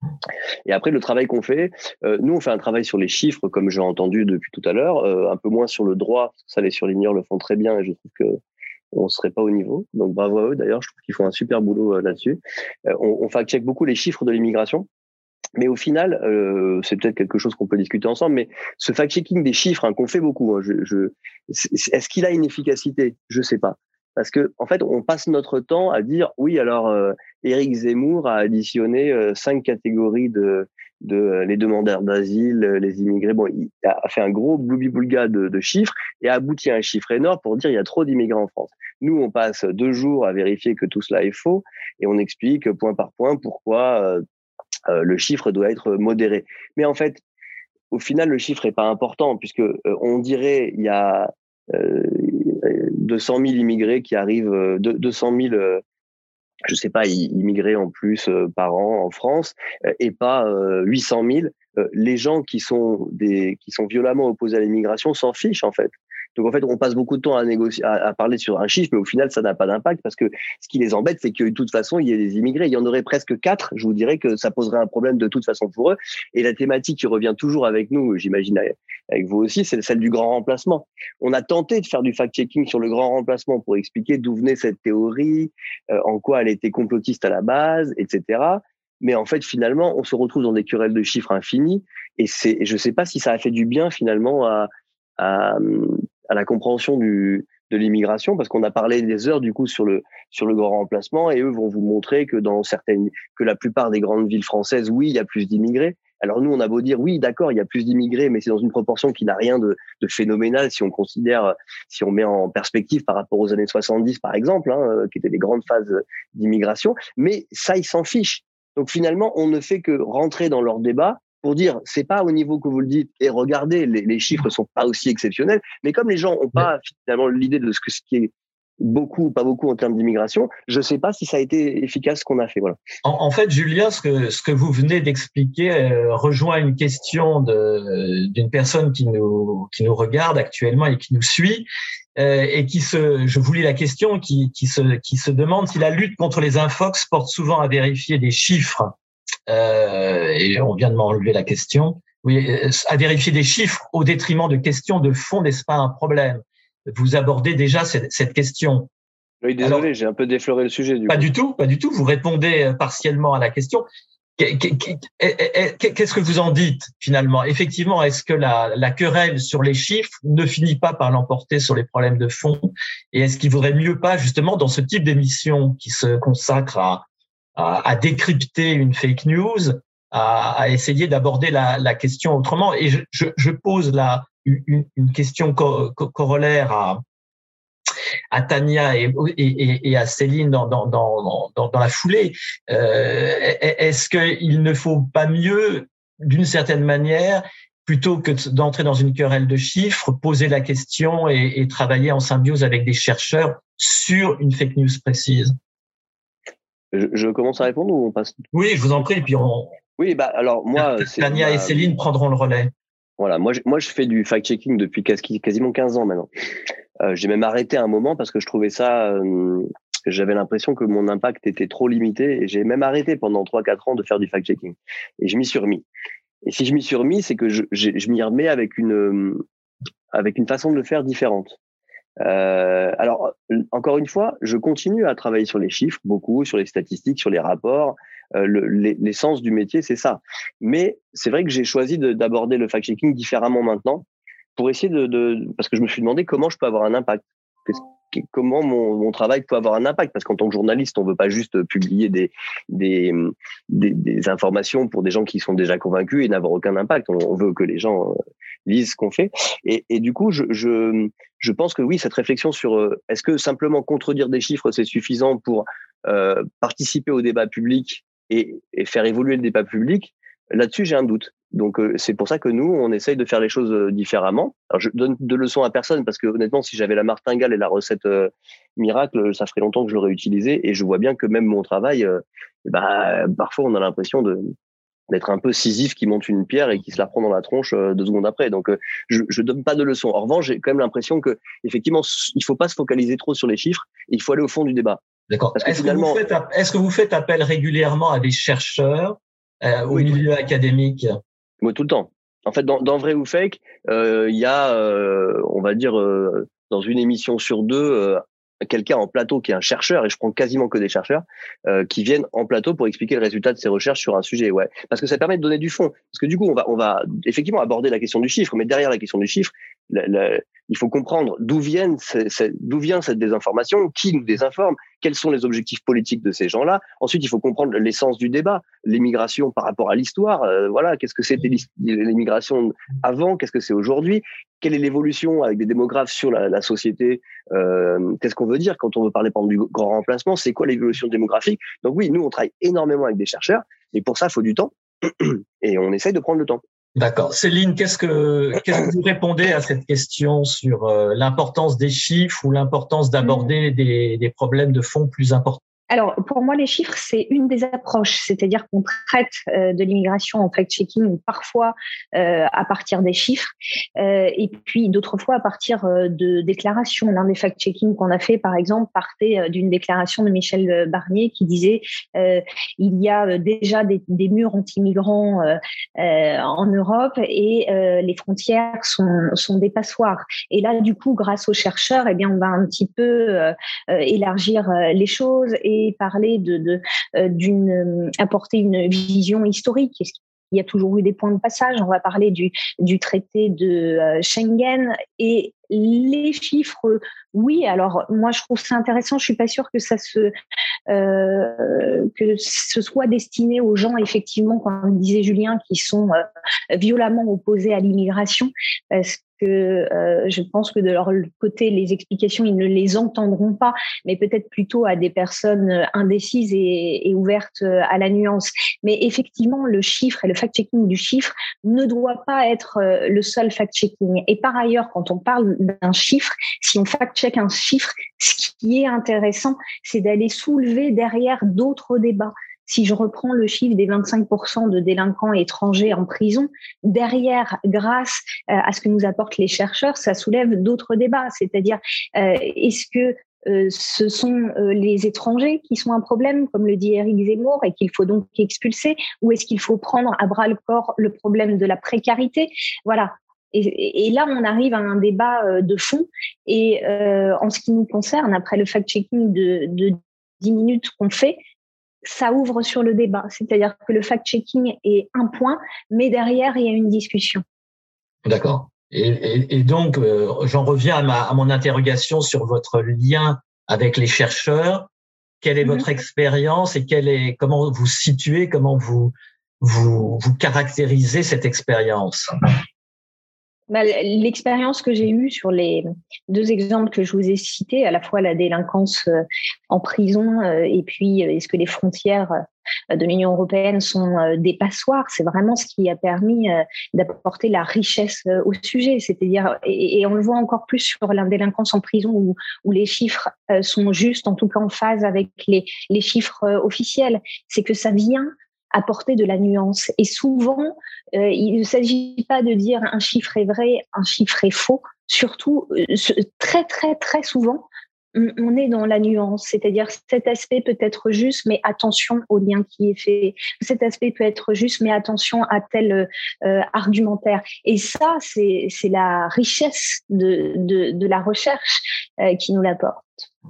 Et après, le travail qu'on fait, euh, nous, on fait un travail sur les chiffres, comme j'ai entendu depuis tout à l'heure, euh, un peu moins sur le droit. Ça, les surligneurs le font très bien et je trouve que on serait pas au niveau. Donc bravo à eux. D'ailleurs, je trouve qu'ils font un super boulot euh, là-dessus. Euh, on, on fact-check beaucoup les chiffres de l'immigration. Mais au final, euh, c'est peut-être quelque chose qu'on peut discuter ensemble, mais ce fact-checking des chiffres, hein, qu'on fait beaucoup, hein, je, je, est-ce qu'il a une efficacité? Je sais pas. Parce que, en fait, on passe notre temps à dire, oui, alors, euh, Éric Zemmour a additionné euh, cinq catégories de, de euh, les demandeurs d'asile, les immigrés. Bon, il a fait un gros bloubi-boulga de, de chiffres et a abouti à un chiffre énorme pour dire il y a trop d'immigrés en France. Nous, on passe deux jours à vérifier que tout cela est faux et on explique point par point pourquoi euh, euh, le chiffre doit être modéré. Mais en fait, au final, le chiffre est pas important puisque euh, on dirait il y a euh, deux cent mille immigrés qui arrivent, euh, deux cent mille, euh, je sais pas, immigrés en plus euh, par an en France euh, et pas euh, huit cent mille. Euh, les gens qui sont des qui sont violemment opposés à l'immigration s'en fichent en fait. Donc en fait, on passe beaucoup de temps à négocier, à, à parler sur un chiffre, mais au final, ça n'a pas d'impact parce que ce qui les embête, c'est que de toute façon, il y a des immigrés. Il y en aurait presque quatre. Je vous dirais que ça poserait un problème de toute façon pour eux. Et la thématique qui revient toujours avec nous, j'imagine avec vous aussi, c'est celle du grand remplacement. On a tenté de faire du fact-checking sur le grand remplacement pour expliquer d'où venait cette théorie, euh, en quoi elle était complotiste à la base, et cetera. Mais en fait, finalement, on se retrouve dans des querelles de chiffres infinis. Et c'est, je ne sais pas si ça a fait du bien finalement à, à à la compréhension du, de l'immigration, parce qu'on a parlé des heures du coup sur le sur le grand remplacement, et eux vont vous montrer que dans certaines, que la plupart des grandes villes françaises, oui, il y a plus d'immigrés. Alors nous, on a beau dire oui, d'accord, il y a plus d'immigrés, mais c'est dans une proportion qui n'a rien de, de phénoménal si on considère, si on met en perspective par rapport aux années soixante-dix par exemple, hein, qui étaient des grandes phases d'immigration. Mais ça, ils s'en fichent. Donc finalement, on ne fait que rentrer dans leur débat pour dire c'est pas au niveau que vous le dites et regardez les, les chiffres sont pas aussi exceptionnels, mais comme les gens ont pas finalement l'idée de ce que ce qui est beaucoup ou pas beaucoup en termes d'immigration, je sais pas si ça a été efficace ce qu'on a fait. Voilà. En, en fait, Julien, ce que ce que vous venez d'expliquer euh, rejoint une question de d'une personne qui nous qui nous regarde actuellement et qui nous suit euh, et qui se, je vous lis la question, qui qui se qui se demande si la lutte contre les infox porte souvent à vérifier des chiffres. Euh, et on vient de m'enlever la question. Oui, à vérifier des chiffres au détriment de questions de fond, n'est-ce pas un problème? Vous abordez déjà cette, cette question. Oui, désolé, alors, j'ai un peu défloré le sujet. Du pas coup. du tout, pas du tout. Vous répondez partiellement à la question. Qu'est-ce que vous en dites finalement? Effectivement, est-ce que la, la querelle sur les chiffres ne finit pas par l'emporter sur les problèmes de fond? Et est-ce qu'il vaudrait mieux pas, justement, dans ce type d'émission qui se consacre à à décrypter une fake news, à, à essayer d'aborder la, la question autrement. Et je, je, je pose là une, une question co- co- corollaire à, à Tania et, et, et à Céline dans, dans, dans, dans, dans la foulée. Euh, est-ce qu'il ne faut pas mieux, d'une certaine manière, plutôt que d'entrer dans une querelle de chiffres, poser la question et, et travailler en symbiose avec des chercheurs sur une fake news précise? Je, je commence à répondre ou on passe? Oui, je vous en prie, puis on. Oui, bah alors moi, Tania ma... et Céline prendront le relais. Voilà, moi je, moi je fais du fact-checking depuis quasiment quinze ans maintenant. Euh, j'ai même arrêté un moment parce que je trouvais ça, euh, j'avais l'impression que mon impact était trop limité et j'ai même arrêté pendant trois quatre ans de faire du fact-checking. Et je m'y suis remis. Et si je m'y suis remis, c'est que je, je, je m'y remets avec une avec une façon de le faire différente. Euh, alors, encore une fois, je continue à travailler sur les chiffres, beaucoup, sur les statistiques, sur les rapports. Euh, le, l'essence du métier, c'est ça. Mais c'est vrai que j'ai choisi de, d'aborder le fact-checking différemment maintenant pour essayer de, de... Parce que je me suis demandé comment je peux avoir un impact. Comment mon, mon travail peut avoir un impact. Parce qu'en tant que journaliste, on ne veut pas juste publier des, des, des, des informations pour des gens qui sont déjà convaincus et n'avoir aucun impact. On, on veut que les gens lisent ce qu'on fait. Et, et du coup, je, je, je pense que oui, cette réflexion sur euh, est-ce que simplement contredire des chiffres, c'est suffisant pour euh, participer au débat public et, et faire évoluer le débat public, là-dessus, j'ai un doute. Donc, euh, c'est pour ça que nous, on essaye de faire les choses euh, différemment. Alors, je donne de leçons à personne parce que honnêtement, si j'avais la martingale et la recette euh, miracle, ça ferait longtemps que je l'aurais utilisée. Et je vois bien que même mon travail, euh, bah, parfois, on a l'impression de d'être un peu Sisyphe qui monte une pierre et qui se la prend dans la tronche euh, deux secondes après. Donc, euh, je je donne pas de leçons. En revanche, j'ai quand même l'impression que effectivement, il faut pas se focaliser trop sur les chiffres. Il faut aller au fond du débat. D'accord. Parce que est-ce, finalement... que vous faites, est-ce que vous faites appel régulièrement à des chercheurs euh, au oui, milieu académique? Moi, tout le temps. En fait, dans, dans Vrai ou Fake, il euh, y a, euh, on va dire, euh, dans une émission sur deux, euh, quelqu'un en plateau qui est un chercheur, et je prends quasiment que des chercheurs, euh, qui viennent en plateau pour expliquer le résultat de ses recherches sur un sujet. Ouais, parce que ça permet de donner du fond. Parce que du coup, on va, on va effectivement aborder la question du chiffre, mais derrière la question du chiffre, la, la, il faut comprendre d'où viennent, ces, ces, d'où vient cette désinformation, qui nous désinforme, quels sont les objectifs politiques de ces gens-là. Ensuite, il faut comprendre l'essence du débat, l'immigration par rapport à l'histoire. Euh, voilà, qu'est-ce que c'était l'immigration avant, qu'est-ce que c'est aujourd'hui, quelle est l'évolution avec des démographes sur la, la société, euh, qu'est-ce qu'on veut dire quand on veut parler par exemple du grand remplacement, c'est quoi l'évolution démographique. Donc oui, nous on travaille énormément avec des chercheurs, Et pour ça, il faut du temps. Et on essaye de prendre le temps. D'accord. Céline, qu'est-ce que, qu'est-ce que vous répondez à cette question sur euh, l'importance des chiffres ou l'importance d'aborder des, des problèmes de fond plus importants? Alors, pour moi, les chiffres, c'est une des approches, c'est-à-dire qu'on traite euh, de l'immigration en fact-checking parfois euh, à partir des chiffres euh, et puis d'autres fois à partir euh, de déclarations. L'un des fact-checking qu'on a fait, par exemple, partait euh, d'une déclaration de Michel Barnier qui disait euh, il y a déjà des, des murs anti-migrants euh, euh, en Europe et euh, les frontières sont, sont des passoires. Et là, du coup, grâce aux chercheurs, eh bien, on va un petit peu euh, euh, élargir euh, les choses et parler de, de euh, d'une euh, apporter une vision historique. Il y a toujours eu des points de passage. On va parler du du traité de euh, Schengen et les chiffres. Oui, alors moi je trouve ça intéressant. Je suis pas sûre que ça se euh, que ce soit destiné aux gens effectivement, comme disait Julien, qui sont euh, violemment opposés à l'immigration, parce que euh, je pense que de leur côté, les explications, ils ne les entendront pas, mais peut-être plutôt à des personnes indécises et, et ouvertes à la nuance. Mais effectivement, le chiffre et le fact-checking du chiffre ne doit pas être le seul fact-checking. Et par ailleurs, quand on parle d'un chiffre, si on fact-check un chiffre, ce qui est intéressant, c'est d'aller soulever derrière d'autres débats. Si je reprends le chiffre des vingt-cinq pour cent de délinquants étrangers en prison, derrière, grâce à ce que nous apportent les chercheurs, ça soulève d'autres débats. C'est-à-dire, euh, est-ce que euh, ce sont euh, les étrangers qui sont un problème, comme le dit Éric Zemmour, et qu'il faut donc expulser, ou est-ce qu'il faut prendre à bras le corps le problème de la précarité? Voilà. Et, et là, on arrive à un débat de fond. Et euh, en ce qui nous concerne, après le fact-checking de, de dix minutes qu'on fait, ça ouvre sur le débat. C'est-à-dire que le fact-checking est un point, mais derrière, il y a une discussion. D'accord. Et, et, et donc, euh, j'en reviens à, ma, à mon interrogation sur votre lien avec les chercheurs. Quelle est mm-hmm. votre expérience et quelle est, comment vous situez, comment vous, vous, vous caractérisez cette expérience? Bah, l'expérience que j'ai eue sur les deux exemples que je vous ai cités, à la fois la délinquance en prison et puis est-ce que les frontières de l'Union européenne sont des passoires, c'est vraiment ce qui a permis d'apporter la richesse au sujet. C'est-à-dire, et on le voit encore plus sur la délinquance en prison où, où les chiffres sont justes, en tout cas en phase avec les, les chiffres officiels. C'est que ça vient apporter de la nuance. Et souvent, euh, il ne s'agit pas de dire un chiffre est vrai, un chiffre est faux. Surtout, euh, très, très, très souvent, on, on est dans la nuance. C'est-à-dire, cet aspect peut être juste, mais attention au lien qui est fait. Cet aspect peut être juste, mais attention à tel euh, argumentaire. Et ça, c'est, c'est la richesse de, de, de la recherche euh, qui nous l'apporte.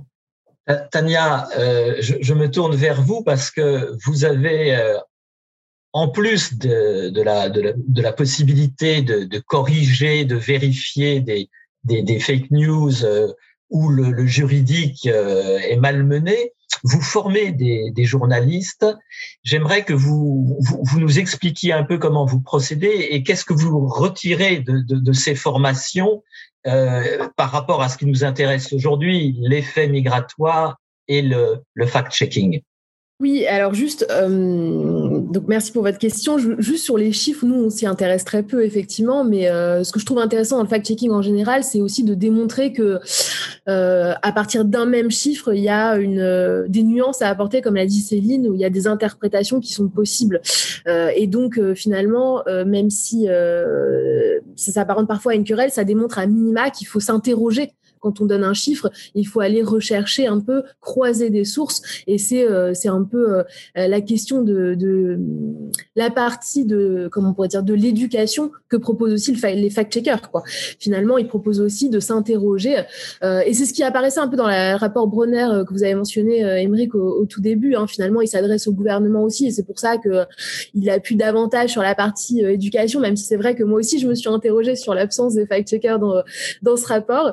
Tania, euh, je, je me tourne vers vous parce que vous avez, euh, en plus de, de, la, de, la, de la possibilité de, de corriger, de vérifier des, des, des fake news euh, où le, le juridique euh, est malmené, vous formez des, des journalistes. J'aimerais que vous, vous, vous nous expliquiez un peu comment vous procédez et qu'est-ce que vous retirez de, de, de ces formations euh, par rapport à ce qui nous intéresse aujourd'hui, l'effet migratoire et le, le fact-checking. Oui, alors juste, euh, donc merci pour votre question. Juste sur les chiffres, nous, on s'y intéresse très peu, effectivement, mais euh, ce que je trouve intéressant dans le fact-checking en général, c'est aussi de démontrer que euh, à partir d'un même chiffre, il y a une, euh, des nuances à apporter, comme l'a dit Céline, où il y a des interprétations qui sont possibles. Euh, et donc, euh, finalement, euh, même si euh, ça s'apparente parfois à une querelle, ça démontre à minima qu'il faut s'interroger. Quand on donne un chiffre, il faut aller rechercher un peu, croiser des sources, et c'est euh, c'est un peu euh, la question de, de la partie de comment on pourrait dire de l'éducation que proposent aussi le fa- les fact-checkers, quoi. Finalement, ils proposent aussi de s'interroger, euh, et c'est ce qui apparaissait un peu dans le rapport Bronner euh, que vous avez mentionné, euh, Émeric, au, au tout début. Hein. Finalement, il s'adresse au gouvernement aussi, et c'est pour ça que euh, il appuie davantage sur la partie euh, éducation, même si c'est vrai que moi aussi je me suis interrogée sur l'absence des fact-checkers dans dans ce rapport.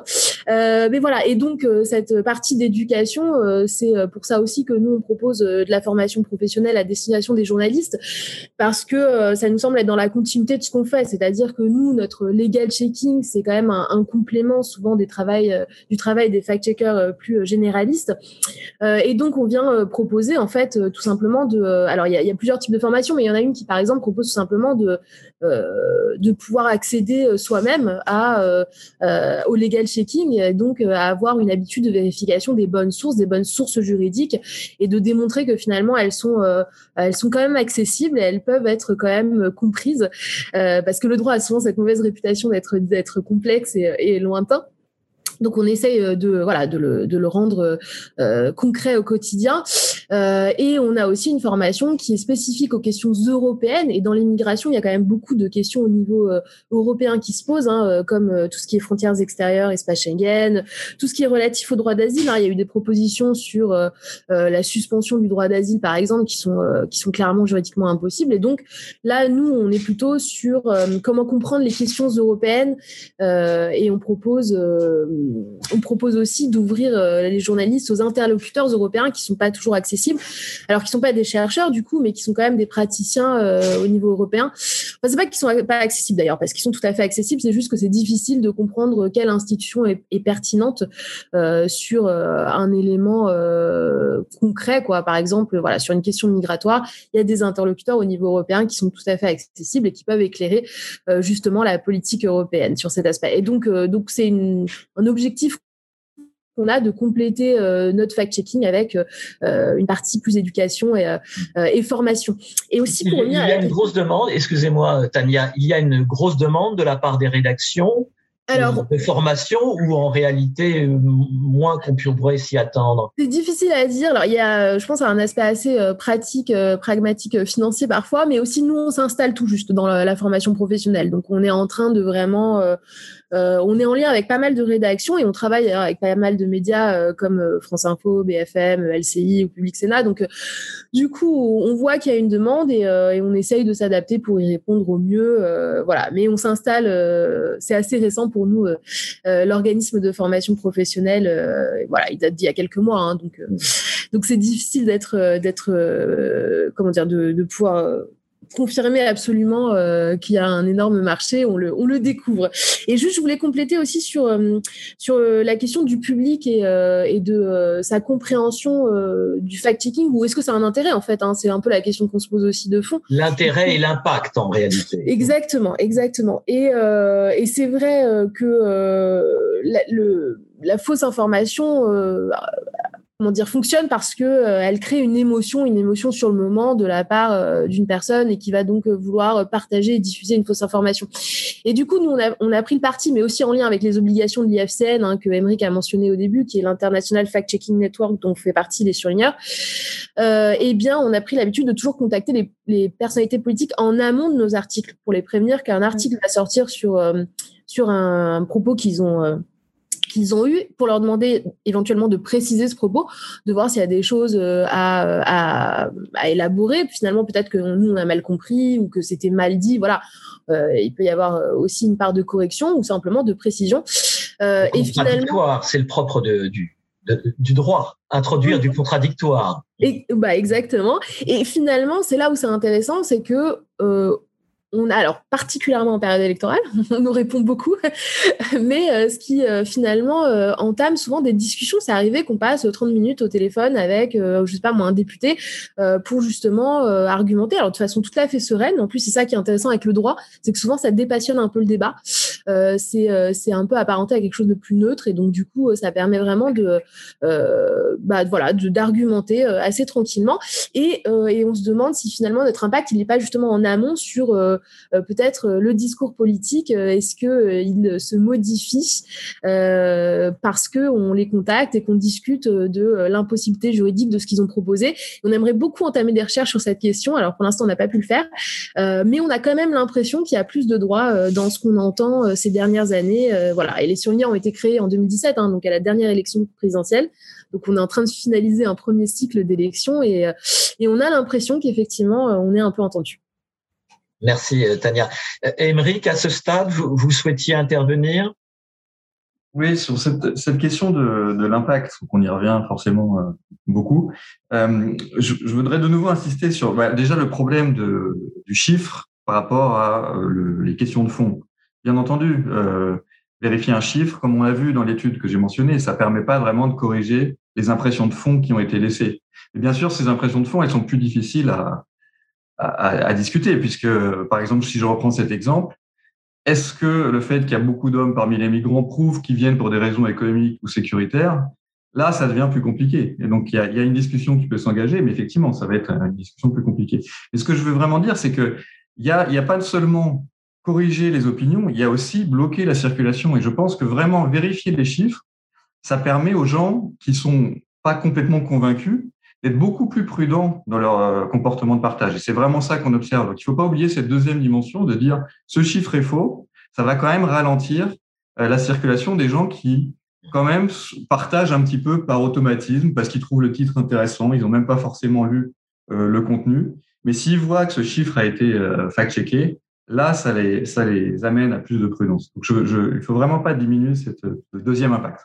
Euh, mais voilà, et donc euh, cette partie d'éducation, euh, c'est pour ça aussi que nous on propose euh, de la formation professionnelle à destination des journalistes, parce que euh, ça nous semble être dans la continuité de ce qu'on fait, c'est-à-dire que nous, notre legal checking, c'est quand même un, un complément souvent des travail, euh, du travail des fact-checkers euh, plus généralistes, euh, et donc on vient euh, proposer en fait euh, tout simplement de, euh, alors il y a, y a plusieurs types de formations, mais il y en a une qui par exemple propose tout simplement de euh, de pouvoir accéder soi-même à euh, euh, au legal checking, et donc euh, à avoir une habitude de vérification des bonnes sources, des bonnes sources juridiques, et de démontrer que finalement elles sont euh, elles sont quand même accessibles et elles peuvent être quand même comprises, euh, parce que le droit a souvent cette mauvaise réputation d'être d'être complexe et, et lointain. Donc on essaye de voilà de le de le rendre euh, concret au quotidien, euh, et on a aussi une formation qui est spécifique aux questions européennes, et dans l'immigration il y a quand même beaucoup de questions au niveau euh, européen qui se posent, hein, comme euh, tout ce qui est frontières extérieures, espace Schengen, tout ce qui est relatif au droit d'asile, hein. Il y a eu des propositions sur euh, euh, la suspension du droit d'asile par exemple qui sont euh, qui sont clairement juridiquement impossibles, et donc là nous on est plutôt sur euh, comment comprendre les questions européennes, euh, et on propose euh, on propose aussi d'ouvrir euh, les journalistes aux interlocuteurs européens qui sont pas toujours accessibles, alors qu'ils sont pas des chercheurs du coup, mais qui sont quand même des praticiens euh, au niveau européen. Enfin, c'est pas qu'ils sont pas accessibles d'ailleurs, parce qu'ils sont tout à fait accessibles, c'est juste que c'est difficile de comprendre quelle institution est, est pertinente euh, sur euh, un élément euh, concret, quoi. Par exemple, voilà, sur une question migratoire, il y a des interlocuteurs au niveau européen qui sont tout à fait accessibles et qui peuvent éclairer euh, justement la politique européenne sur cet aspect. Et donc, euh, donc c'est une, un objectif qu'on a de compléter euh, notre fact-checking avec euh, une partie plus éducation et, euh, et formation. Et aussi pour il y a une grosse demande, excusez-moi Tania, il y a une grosse demande de la part des rédactions Alors, de formation, ou en réalité moins qu'on pourrait s'y attendre? C'est difficile à dire. Alors, il y a, je pense, à un aspect assez euh, pratique, euh, pragmatique, euh, financier parfois, mais aussi nous, on s'installe tout juste dans la, la formation professionnelle. Donc, on est en train de vraiment, euh, euh, on est en lien avec pas mal de rédactions, et on travaille d'ailleurs avec pas mal de médias euh, comme euh, France Info, B F M, L C I ou Public Sénat. Donc, euh, du coup, on voit qu'il y a une demande, et, euh, et on essaye de s'adapter pour y répondre au mieux. Euh, voilà. Mais on s'installe. Euh, c'est assez récent pour nous. Euh, euh, l'organisme de formation professionnelle, euh, voilà, il date d'il y a quelques mois. Hein, donc, euh, donc c'est difficile d'être, d'être, euh, comment dire, de, de pouvoir euh, confirmer absolument euh, qu'il y a un énorme marché. On le, on le découvre. Et juste, je voulais compléter aussi sur euh, sur la question du public et, euh, et de euh, sa compréhension euh, du fact-checking, ou est-ce que ça a un intérêt en fait, hein, c'est un peu la question qu'on se pose aussi de fond. L'intérêt et l'impact en réalité. Exactement, exactement. Et euh, et c'est vrai que euh, la, le, la fausse information euh, comment dire, fonctionne parce que euh, elle crée une émotion, une émotion sur le moment de la part euh, d'une personne, et qui va donc euh, vouloir partager et diffuser une fausse information. Et du coup, nous, on a, on a pris le parti, mais aussi en lien avec les obligations de l'I F C N, hein, que Émeric a mentionné au début, qui est l'International Fact-Checking Network, dont fait partie les surligneurs. Euh, eh bien, on a pris l'habitude de toujours contacter les, les personnalités politiques en amont de nos articles, pour les prévenir qu'un article va sortir sur, euh, sur un, un propos qu'ils ont... Euh, qu'ils ont eu, pour leur demander éventuellement de préciser ce propos, de voir s'il y a des choses à, à, à élaborer. Finalement, peut-être que nous, on a mal compris, ou que c'était mal dit. Voilà, euh, il peut y avoir aussi une part de correction, ou simplement de précision. Euh, et finalement, c'est le propre de, du, de, du droit, introduire oui. du contradictoire. Et, bah, exactement. Et finalement, c'est là où c'est intéressant, c'est que euh, on a, alors particulièrement en période électorale, on nous répond beaucoup, mais euh, ce qui euh, finalement euh, entame souvent des discussions. C'est arrivé qu'on passe trente minutes au téléphone avec, euh, je sais pas moi, un député euh, pour justement euh, argumenter, alors de façon tout à fait sereine. En plus, c'est ça qui est intéressant avec le droit, c'est que souvent ça dépassionne un peu le débat. Euh, c'est euh, c'est un peu apparenté à quelque chose de plus neutre, et donc du coup, ça permet vraiment de, euh, bah voilà, de, d'argumenter euh, assez tranquillement. Et euh, et on se demande si finalement notre impact, il n'est pas justement en amont sur euh, Euh, peut-être euh, le discours politique, euh, est-ce que euh, il se modifie euh, parce que on les contacte et qu'on discute de euh, l'impossibilité juridique de ce qu'ils ont proposé. On aimerait beaucoup entamer des recherches sur cette question. Alors pour l'instant, on n'a pas pu le faire, euh, mais on a quand même l'impression qu'il y a plus de droits euh, dans ce qu'on entend euh, ces dernières années. Euh, voilà. Et les surligneurs ont été créés en deux mille dix-sept, hein, donc à la dernière élection présidentielle. Donc on est en train de finaliser un premier cycle d'élections, et euh, et on a l'impression qu'effectivement euh, on est un peu entendu. Merci Tania. Émeric, à ce stade, vous, vous souhaitiez intervenir? Oui, sur cette, cette question de, de l'impact, on y revient forcément euh, beaucoup. Euh, je, je voudrais de nouveau insister sur bah, déjà le problème de, du chiffre par rapport à euh, le, les questions de fond. Bien entendu, euh, vérifier un chiffre, comme on l'a vu dans l'étude que j'ai mentionnée, ça permet pas vraiment de corriger les impressions de fond qui ont été laissées. Et bien sûr, ces impressions de fond, elles sont plus difficiles à, à, à discuter, puisque, par exemple, si je reprends cet exemple, est-ce que le fait qu'il y a beaucoup d'hommes parmi les migrants prouve qu'ils viennent pour des raisons économiques ou sécuritaires? Là, ça devient plus compliqué. Et donc, il y a, il y a une discussion qui peut s'engager, mais effectivement, ça va être une discussion plus compliquée. Mais ce que je veux vraiment dire, c'est que il y a, il y a pas seulement corriger les opinions, il y a aussi bloquer la circulation. Et je pense que vraiment vérifier les chiffres, ça permet aux gens qui sont pas complètement convaincus d'être beaucoup plus prudents dans leur comportement de partage. Et c'est vraiment ça qu'on observe. Donc, il ne faut pas oublier cette deuxième dimension de dire ce chiffre est faux. Ça va quand même ralentir la circulation des gens qui, quand même, partagent un petit peu par automatisme parce qu'ils trouvent le titre intéressant. Ils n'ont même pas forcément lu euh, le contenu. Mais s'ils voient que ce chiffre a été euh, fact-checké, là, ça les, ça les amène à plus de prudence. Donc, je, je, il ne faut vraiment pas diminuer cette, ce deuxième impact.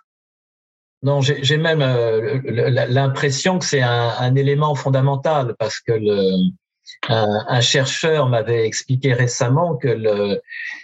Non, j'ai, j'ai même euh, l'impression que c'est un, un élément fondamental parce que le, un, un chercheur m'avait expliqué récemment que le,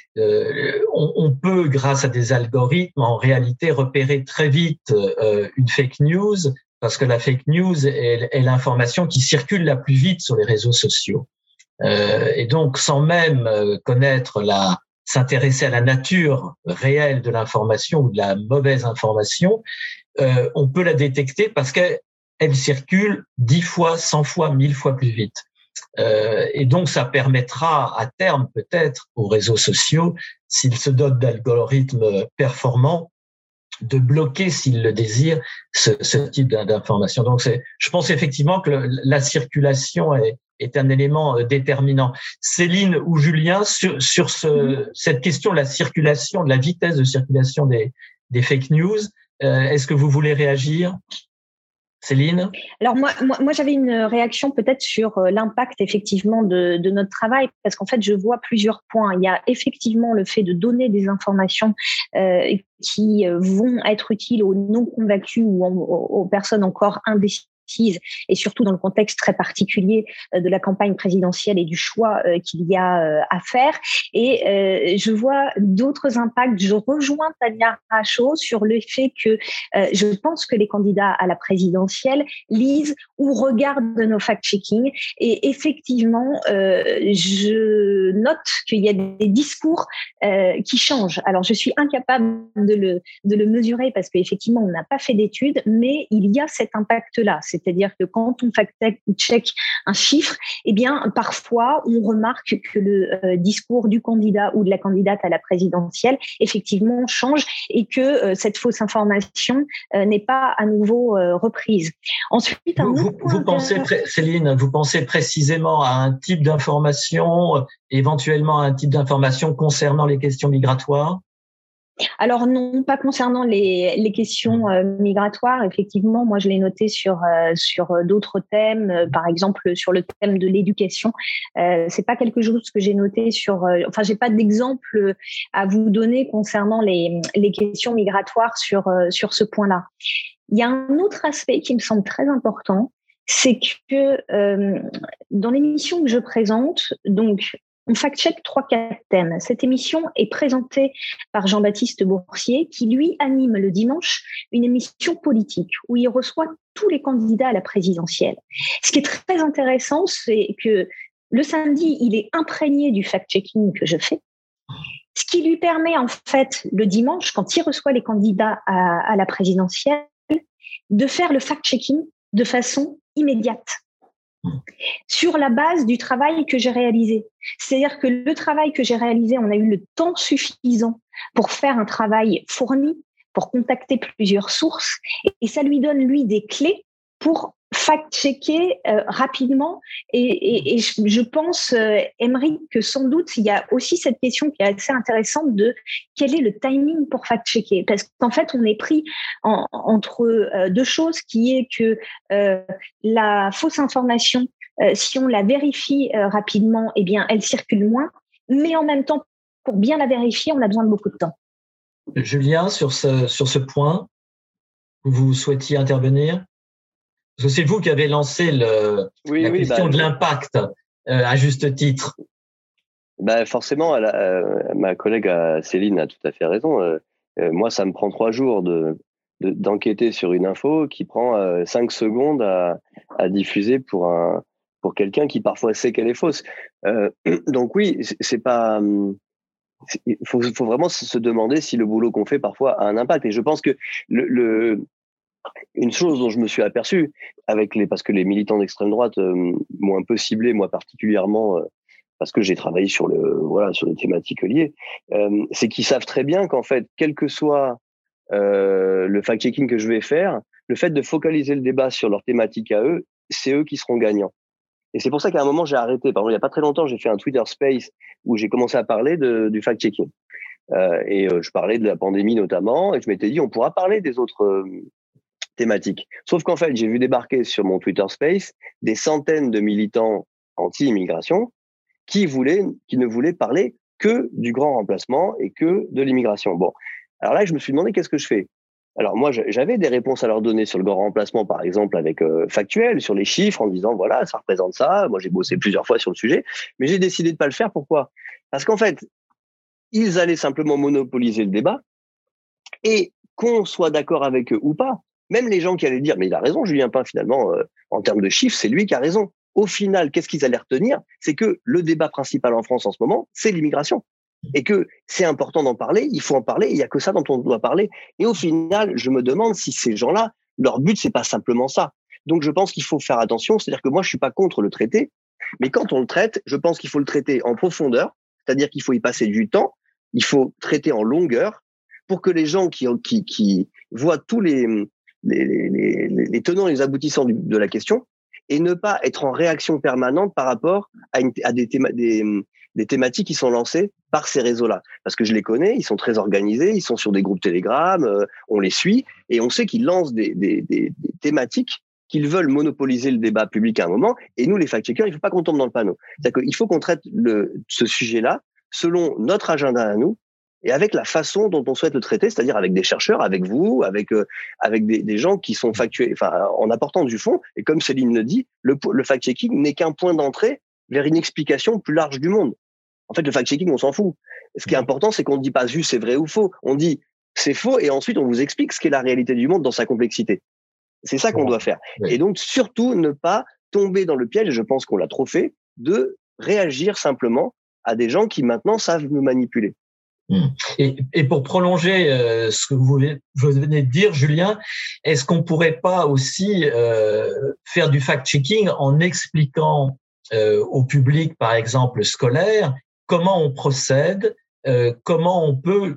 euh, on, on peut, grâce à des algorithmes, en réalité repérer très vite euh, une fake news parce que la fake news est, est l'information qui circule la plus vite sur les réseaux sociaux. Euh, et donc, sans même connaître la s'intéresser à la nature réelle de l'information ou de la mauvaise information, euh, on peut la détecter parce qu'elle elle circule dix fois, cent fois, mille fois plus vite. Euh, et donc, ça permettra à terme peut-être aux réseaux sociaux, s'ils se dotent d'algorithmes performants, de bloquer, s'ils le désirent, ce, ce type d'information. Donc, c'est, je pense effectivement que le, la circulation est, est un élément déterminant. Céline ou Julien, sur, sur ce, cette question de la circulation, de la vitesse de circulation des, des fake news, euh, est-ce que vous voulez réagir ? Céline ? Alors moi, moi, moi, j'avais une réaction peut-être sur l'impact effectivement de, de notre travail, parce qu'en fait, je vois plusieurs points. Il y a effectivement le fait de donner des informations euh, qui vont être utiles aux non convaincus ou aux, aux personnes encore indécises, et surtout dans le contexte très particulier de la campagne présidentielle et du choix qu'il y a à faire. Et je vois d'autres impacts. Je rejoins Tania Rachaud sur le fait que je pense que les candidats à la présidentielle lisent ou regardent nos fact-checking. Et effectivement, je note qu'il y a des discours qui changent. Alors, je suis incapable de le, de le mesurer parce qu'effectivement, on n'a pas fait d'études, mais il y a cet impact-là. C'est-à-dire que quand on fact-check un chiffre, eh bien, parfois, on remarque que le euh, discours du candidat ou de la candidate à la présidentielle, effectivement, change et que euh, cette fausse information euh, n'est pas à nouveau euh, reprise. Ensuite, un vous, autre vous, point vous pensez, Céline, vous pensez précisément à un type d'information, éventuellement à un type d'information concernant les questions migratoires ? Alors non, pas concernant les, les questions euh, migratoires. Effectivement, moi je l'ai noté sur euh, sur d'autres thèmes, euh, par exemple sur le thème de l'éducation. Euh, c'est pas quelque chose que j'ai noté sur. Euh, enfin, j'ai pas d'exemple à vous donner concernant les les questions migratoires sur euh, sur ce point-là. Il y a un autre aspect qui me semble très important, c'est que euh, dans l'émission que je présente, donc on fact-check trois, quatre thèmes. Cette émission est présentée par Jean-Baptiste Boursier, qui lui anime le dimanche une émission politique où il reçoit tous les candidats à la présidentielle. Ce qui est très intéressant, c'est que le samedi, il est imprégné du fact-checking que je fais, ce qui lui permet en fait le dimanche, quand il reçoit les candidats à, à la présidentielle, de faire le fact-checking de façon immédiate, sur la base du travail que j'ai réalisé. C'est-à-dire que le travail que j'ai réalisé, on a eu le temps suffisant pour faire un travail fourni, pour contacter plusieurs sources, et ça lui donne, lui, des clés pour fact-checker euh, rapidement. Et, et, et je, je pense, euh, Aymeric, que sans doute, il y a aussi cette question qui est assez intéressante de quel est le timing pour fact-checker. Parce qu'en fait, on est pris en, entre euh, deux choses, qui est que euh, la fausse information, euh, si on la vérifie euh, rapidement, eh bien, elle circule moins. Mais en même temps, pour bien la vérifier, on a besoin de beaucoup de temps. Julien, sur ce, sur ce point, vous souhaitiez intervenir? Parce que c'est vous qui avez lancé le, oui, la oui, question bah, de l'impact, euh, à juste titre. Bah forcément, elle a, euh, ma collègue Céline a tout à fait raison. Euh, euh, moi, ça me prend trois jours de, de d'enquêter sur une info qui prend euh, cinq secondes à, à diffuser pour un pour quelqu'un qui parfois sait qu'elle est fausse. Euh, donc oui, c'est pas. Il faut, faut vraiment se demander si le boulot qu'on fait parfois a un impact. Et je pense que le, le une chose dont je me suis aperçu avec les parce que les militants d'extrême droite euh, m'ont un peu ciblé moi particulièrement. Euh, parce que j'ai travaillé sur le voilà sur les thématiques liées, euh, c'est qu'ils savent très bien qu'en fait, quel que soit euh, le fact-checking que je vais faire, le fait de focaliser le débat sur leur thématique à eux, c'est eux qui seront gagnants. Et c'est pour ça qu'à un moment j'ai arrêté. Par exemple, il y a pas très longtemps, j'ai fait un Twitter Space où j'ai commencé à parler de, du fact-checking euh, et euh, je parlais de la pandémie notamment, et je m'étais dit on pourra parler des autres euh, thématiques. Sauf qu'en fait, j'ai vu débarquer sur mon Twitter Space des centaines de militants anti-immigration qui voulait, qui ne voulait parler que du grand remplacement et que de l'immigration. Bon, alors là, je me suis demandé qu'est-ce que je fais. Alors moi, j'avais des réponses à leur donner sur le grand remplacement, par exemple avec euh, factuel, sur les chiffres, en disant voilà, ça représente ça. Moi, j'ai bossé plusieurs fois sur le sujet, mais j'ai décidé de pas le faire. Pourquoi ? Parce qu'en fait, ils allaient simplement monopoliser le débat, et qu'on soit d'accord avec eux ou pas, même les gens qui allaient dire mais il a raison, Julien Pain, finalement, euh, en termes de chiffres, c'est lui qui a raison. Au final, qu'est-ce qu'ils allaient retenir ? C'est que le débat principal en France en ce moment, c'est l'immigration. Et que c'est important d'en parler, il faut en parler, il n'y a que ça dont on doit parler. Et au final, je me demande si ces gens-là, leur but, c'est pas simplement ça. Donc je pense qu'il faut faire attention, c'est-à-dire que moi, je suis pas contre le traiter, mais quand on le traite, je pense qu'il faut le traiter en profondeur, c'est-à-dire qu'il faut y passer du temps, il faut traiter en longueur, pour que les gens qui, qui, qui voient tous les, les, les, les tenants et les aboutissants du, de la question, et ne pas être en réaction permanente par rapport à, une, à des, théma, des, des thématiques qui sont lancées par ces réseaux-là. Parce que je les connais, ils sont très organisés, ils sont sur des groupes Telegram, euh, on les suit, et on sait qu'ils lancent des, des, des, des thématiques qu'ils veulent monopoliser le débat public à un moment, et nous, les fact-checkers, il ne faut pas qu'on tombe dans le panneau. C'est-à-dire qu'il faut qu'on traite le, ce sujet-là selon notre agenda à nous, et avec la façon dont on souhaite le traiter, c'est-à-dire avec des chercheurs, avec vous, avec euh, avec des, des gens qui sont factuels, enfin en apportant du fond. Et comme Céline le dit, le, le fact-checking n'est qu'un point d'entrée vers une explication plus large du monde. En fait, le fact-checking, on s'en fout. Ce qui est important, c'est qu'on ne dit pas juste c'est vrai ou faux. On dit c'est faux et ensuite on vous explique ce qu'est la réalité du monde dans sa complexité. C'est ça qu'on doit faire. Oui. Et donc surtout ne pas tomber dans le piège, et je pense qu'on l'a trop fait, de réagir simplement à des gens qui maintenant savent nous manipuler. Et, et pour prolonger euh, ce que vous venez de dire, Julien, est-ce qu'on pourrait pas aussi euh, faire du fact-checking en expliquant euh, au public, par exemple scolaire, comment on procède, euh, comment on peut,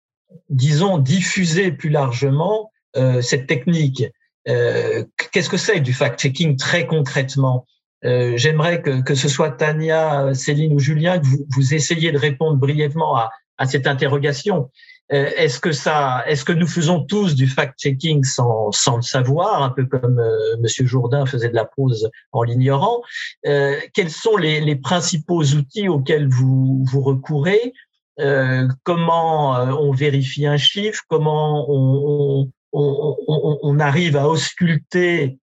disons, diffuser plus largement euh, cette technique. Euh, qu'est-ce que c'est du fact-checking très concrètement ? Euh, j'aimerais que, que ce soit Tania, Céline ou Julien, que vous, vous essayiez de répondre brièvement à à cette interrogation. Euh, est-ce que ça, est-ce que nous faisons tous du fact-checking sans, sans le savoir, un peu comme euh, Monsieur Jourdain faisait de la prose en l'ignorant? Euh, quels sont les, les principaux outils auxquels vous, vous recourez? Euh, comment euh, on vérifie un chiffre? Comment on, on, on, on arrive à ausculter,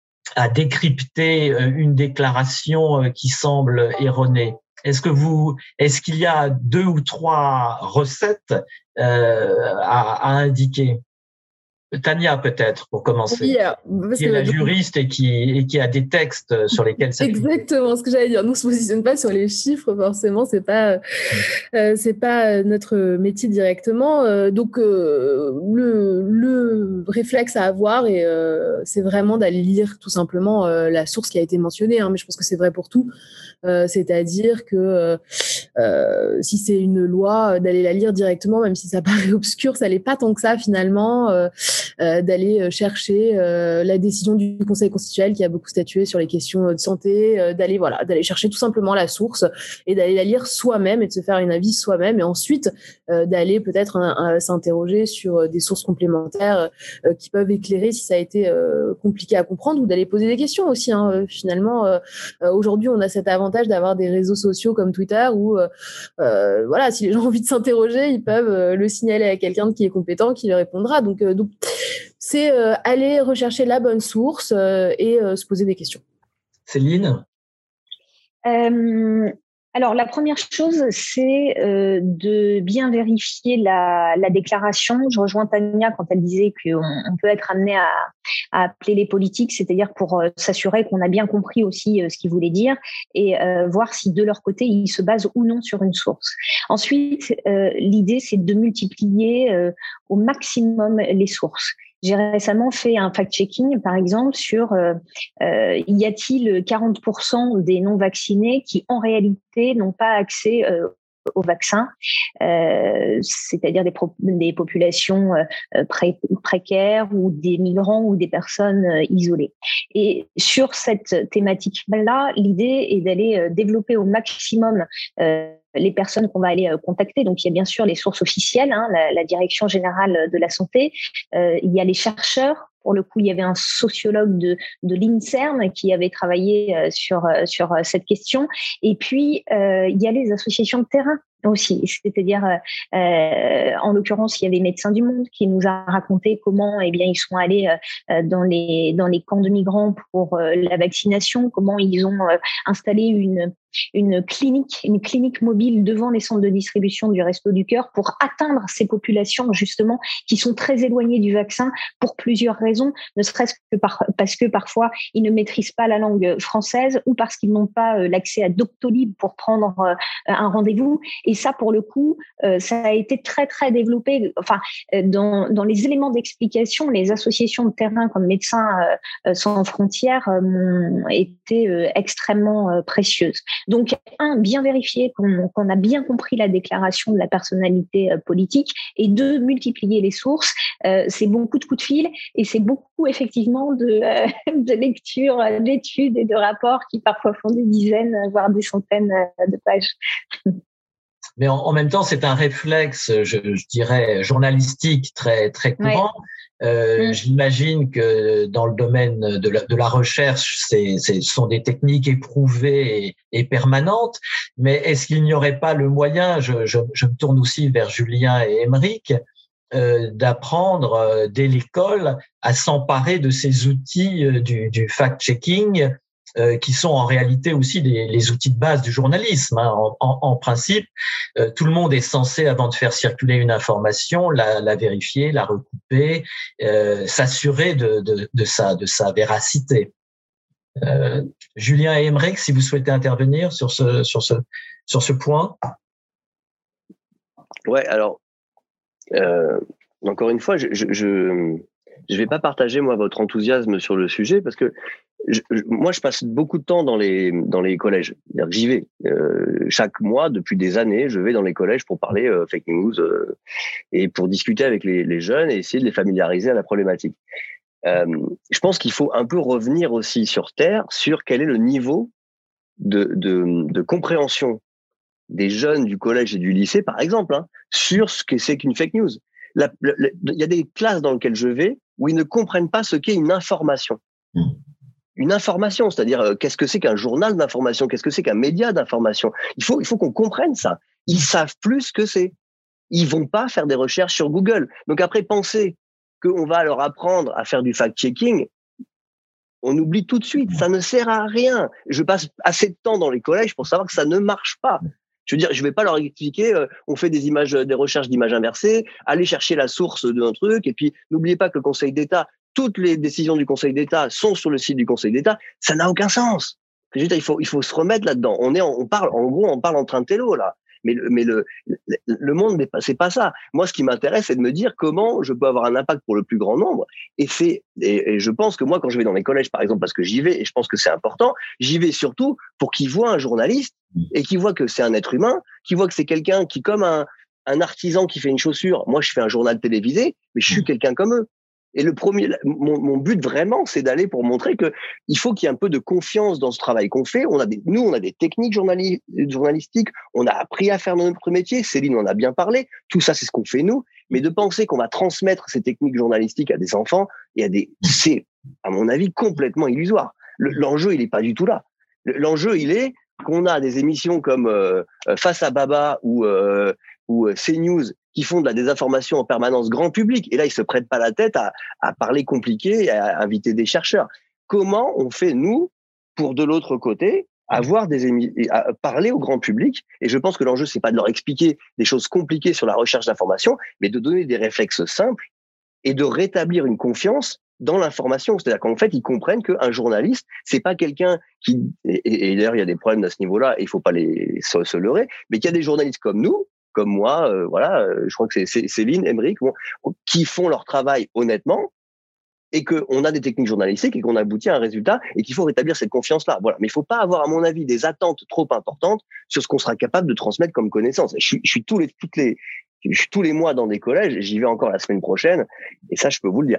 à décrypter une déclaration qui semble erronée? Est-ce que vous, est-ce qu'il y a deux ou trois recettes euh, à, à indiquer? Tania, peut-être, pour commencer, oui, alors, qui est la donc, juriste et qui, et qui a des textes sur lesquels s'appuyer. Exactement ce que j'allais dire. Nous, on ne se positionne pas sur les chiffres, forcément, ce n'est pas, euh, c'est pas notre métier directement. Euh, donc, euh, le, le réflexe à avoir, et, euh, c'est vraiment d'aller lire tout simplement euh, la source qui a été mentionnée, hein, mais je pense que c'est vrai pour tout. Euh, c'est-à-dire que euh, si c'est une loi, d'aller la lire directement, même si ça paraît obscur, ça l'est pas tant que ça finalement, euh, euh, d'aller chercher euh, la décision du Conseil constitutionnel qui a beaucoup statué sur les questions de santé, euh, d'aller voilà, d'aller chercher tout simplement la source et d'aller la lire soi-même et de se faire une avis soi-même, et ensuite euh, d'aller peut-être un, un, s'interroger sur des sources complémentaires euh, qui peuvent éclairer si ça a été euh, compliqué à comprendre, ou d'aller poser des questions aussi. Hein, finalement, euh, aujourd'hui, on a cet avantage d'avoir des réseaux sociaux comme Twitter où euh, euh, voilà, si les gens ont envie de s'interroger, ils peuvent euh, le signaler à quelqu'un qui est compétent, qui leur répondra. Donc, euh, donc c'est euh, aller rechercher la bonne source euh, et euh, se poser des questions. Céline ? euh, Alors, la première chose, c'est euh, de bien vérifier la, la déclaration. Je rejoins Tania quand elle disait qu'on on peut être amené à, à appeler les politiques, c'est-à-dire pour euh, s'assurer qu'on a bien compris aussi euh, ce qu'ils voulaient dire et euh, voir si de leur côté, ils se basent ou non sur une source. Ensuite, euh, l'idée, c'est de multiplier euh, au maximum les sources. J'ai récemment fait un fact-checking, par exemple, sur euh, euh, y a-t-il quarante pour cent des non-vaccinés qui, en réalité, n'ont pas accès euh, au vaccin, euh, c'est-à-dire des, pro- des populations euh, pré- précaires ou des migrants ou des personnes euh, isolées. Et sur cette thématique-là, l'idée est d'aller euh, développer au maximum euh, les personnes qu'on va aller euh, contacter. Donc, il y a bien sûr les sources officielles, hein, la, la Direction générale de la santé. Euh, il y a les chercheurs. Pour le coup, il y avait un sociologue de, de l'INSERM qui avait travaillé euh, sur, euh, sur euh, cette question. Et puis, euh, il y a les associations de terrain aussi. C'est-à-dire, euh, euh, en l'occurrence, il y avait Médecins du Monde qui nous a raconté comment eh bien, ils sont allés euh, dans, les, dans les camps de migrants pour euh, la vaccination, comment ils ont euh, installé une une clinique, une clinique mobile devant les centres de distribution du Resto du Cœur pour atteindre ces populations justement qui sont très éloignées du vaccin pour plusieurs raisons, ne serait-ce que par, parce que parfois ils ne maîtrisent pas la langue française ou parce qu'ils n'ont pas euh, l'accès à Doctolib pour prendre euh, un rendez-vous. Et ça, pour le coup, euh, ça a été très très développé. Enfin, euh, dans, dans les éléments d'explication, les associations de terrain comme Médecins euh, sans frontières euh, ont été euh, extrêmement euh, précieuses. Donc, un, bien vérifier qu'on, qu'on a bien compris la déclaration de la personnalité euh, politique, et deux, multiplier les sources. Euh, c'est beaucoup de coups de fil et c'est beaucoup effectivement de, euh, de lectures, d'études et de rapports qui parfois font des dizaines, voire des centaines de pages. Mais en, en même temps, c'est un réflexe, je, je dirais, journalistique très très courant. Ouais. Euh, mmh. J'imagine que dans le domaine de la, de la recherche, c'est, c'est, ce sont des techniques éprouvées et, et permanentes. Mais est-ce qu'il n'y aurait pas le moyen, je, je, je me tourne aussi vers Julien et Aymeric, euh, d'apprendre euh, dès l'école à s'emparer de ces outils euh, du, du fact-checking, euh, qui sont en réalité aussi les, les outils de base du journalisme. Hein. En, en, en principe, euh, tout le monde est censé, avant de faire circuler une information, la, la vérifier, la recouper, euh, s'assurer de, de, de, sa, de sa véracité. Euh, Julien et Aymeric, si vous souhaitez intervenir sur ce, sur ce, sur ce point. Ouais, alors, euh, encore une fois, je... je, je... Je vais pas partager moi votre enthousiasme sur le sujet parce que je, je, moi je passe beaucoup de temps dans les dans les collèges. C'est-à-dire que j'y vais euh, chaque mois depuis des années. Je vais dans les collèges pour parler euh, fake news euh, et pour discuter avec les, les jeunes et essayer de les familiariser à la problématique. Euh, je pense qu'il faut un peu revenir aussi sur terre sur quel est le niveau de de, de compréhension des jeunes du collège et du lycée, par exemple, hein, sur ce que c'est qu'une fake news. Il y a des classes dans lesquelles je vais où ils ne comprennent pas ce qu'est une information. Mmh. Une information, c'est-à-dire euh, qu'est-ce que c'est qu'un journal d'information, qu'est-ce que c'est qu'un média d'information. Il faut, il faut qu'on comprenne ça. Ils savent plus ce que c'est. Ils vont pas faire des recherches sur Google. Donc après, penser qu'on va leur apprendre à faire du fact-checking, on oublie tout de suite. Ça ne sert à rien. Je passe assez de temps dans les collèges pour savoir que ça ne marche pas. Je veux dire, je vais pas leur expliquer, euh, on fait des images, des recherches d'images inversées, allez chercher la source d'un truc, et puis n'oubliez pas que le Conseil d'État, toutes les décisions du Conseil d'État sont sur le site du Conseil d'État. Ça n'a aucun sens. Je veux dire, il faut, il faut se remettre là-dedans. On est, en, on parle, en gros, on parle en train de télo, là. Mais, le, mais le, le monde, c'est pas ça. Moi, ce qui m'intéresse, c'est de me dire comment je peux avoir un impact pour le plus grand nombre. Et c'est, et, et je pense que moi, quand je vais dans les collèges, par exemple, parce que j'y vais, et je pense que c'est important, j'y vais surtout pour qu'ils voient un journaliste et qu'ils voient que c'est un être humain, qu'ils voient que c'est quelqu'un qui, comme un, un artisan qui fait une chaussure, moi, je fais un journal télévisé, mais je suis quelqu'un comme eux. Et le premier, mon, mon but vraiment, c'est d'aller pour montrer que il faut qu'il y ait un peu de confiance dans ce travail qu'on fait. On a des, nous, on a des techniques journali- journalistiques. On a appris à faire notre métier. Céline en a bien parlé. Tout ça, c'est ce qu'on fait nous. Mais de penser qu'on va transmettre ces techniques journalistiques à des enfants et à des, c'est, à mon avis, complètement illusoire. Le, l'enjeu, il est pas du tout là. Le, l'enjeu, il est, qu'on a des émissions comme euh, Face à Baba ou, euh, ou CNews qui font de la désinformation en permanence grand public. Et là, ils se prêtent pas la tête à, à parler compliqué, à inviter des chercheurs. Comment on fait, nous, pour de l'autre côté, avoir des émi- à parler au grand public? Et je pense que l'enjeu, c'est pas de leur expliquer des choses compliquées sur la recherche d'information, mais de donner des réflexes simples et de rétablir une confiance dans l'information. C'est-à-dire qu'en fait, ils comprennent qu'un journaliste, c'est pas quelqu'un qui, et, et d'ailleurs, il y a des problèmes à ce niveau-là, et il faut pas les se, se leurrer, mais qu'il y a des journalistes comme nous, comme moi, euh, voilà, euh, je crois que c'est Céline, Émeric, bon, qui font leur travail honnêtement, et qu'on a des techniques journalistiques et qu'on aboutit à un résultat et qu'il faut rétablir cette confiance-là. Voilà. Mais il ne faut pas avoir, à mon avis, des attentes trop importantes sur ce qu'on sera capable de transmettre comme connaissance. Je suis, je suis tous les, toutes les, je suis tous les mois dans des collèges, j'y vais encore la semaine prochaine, et ça, je peux vous le dire.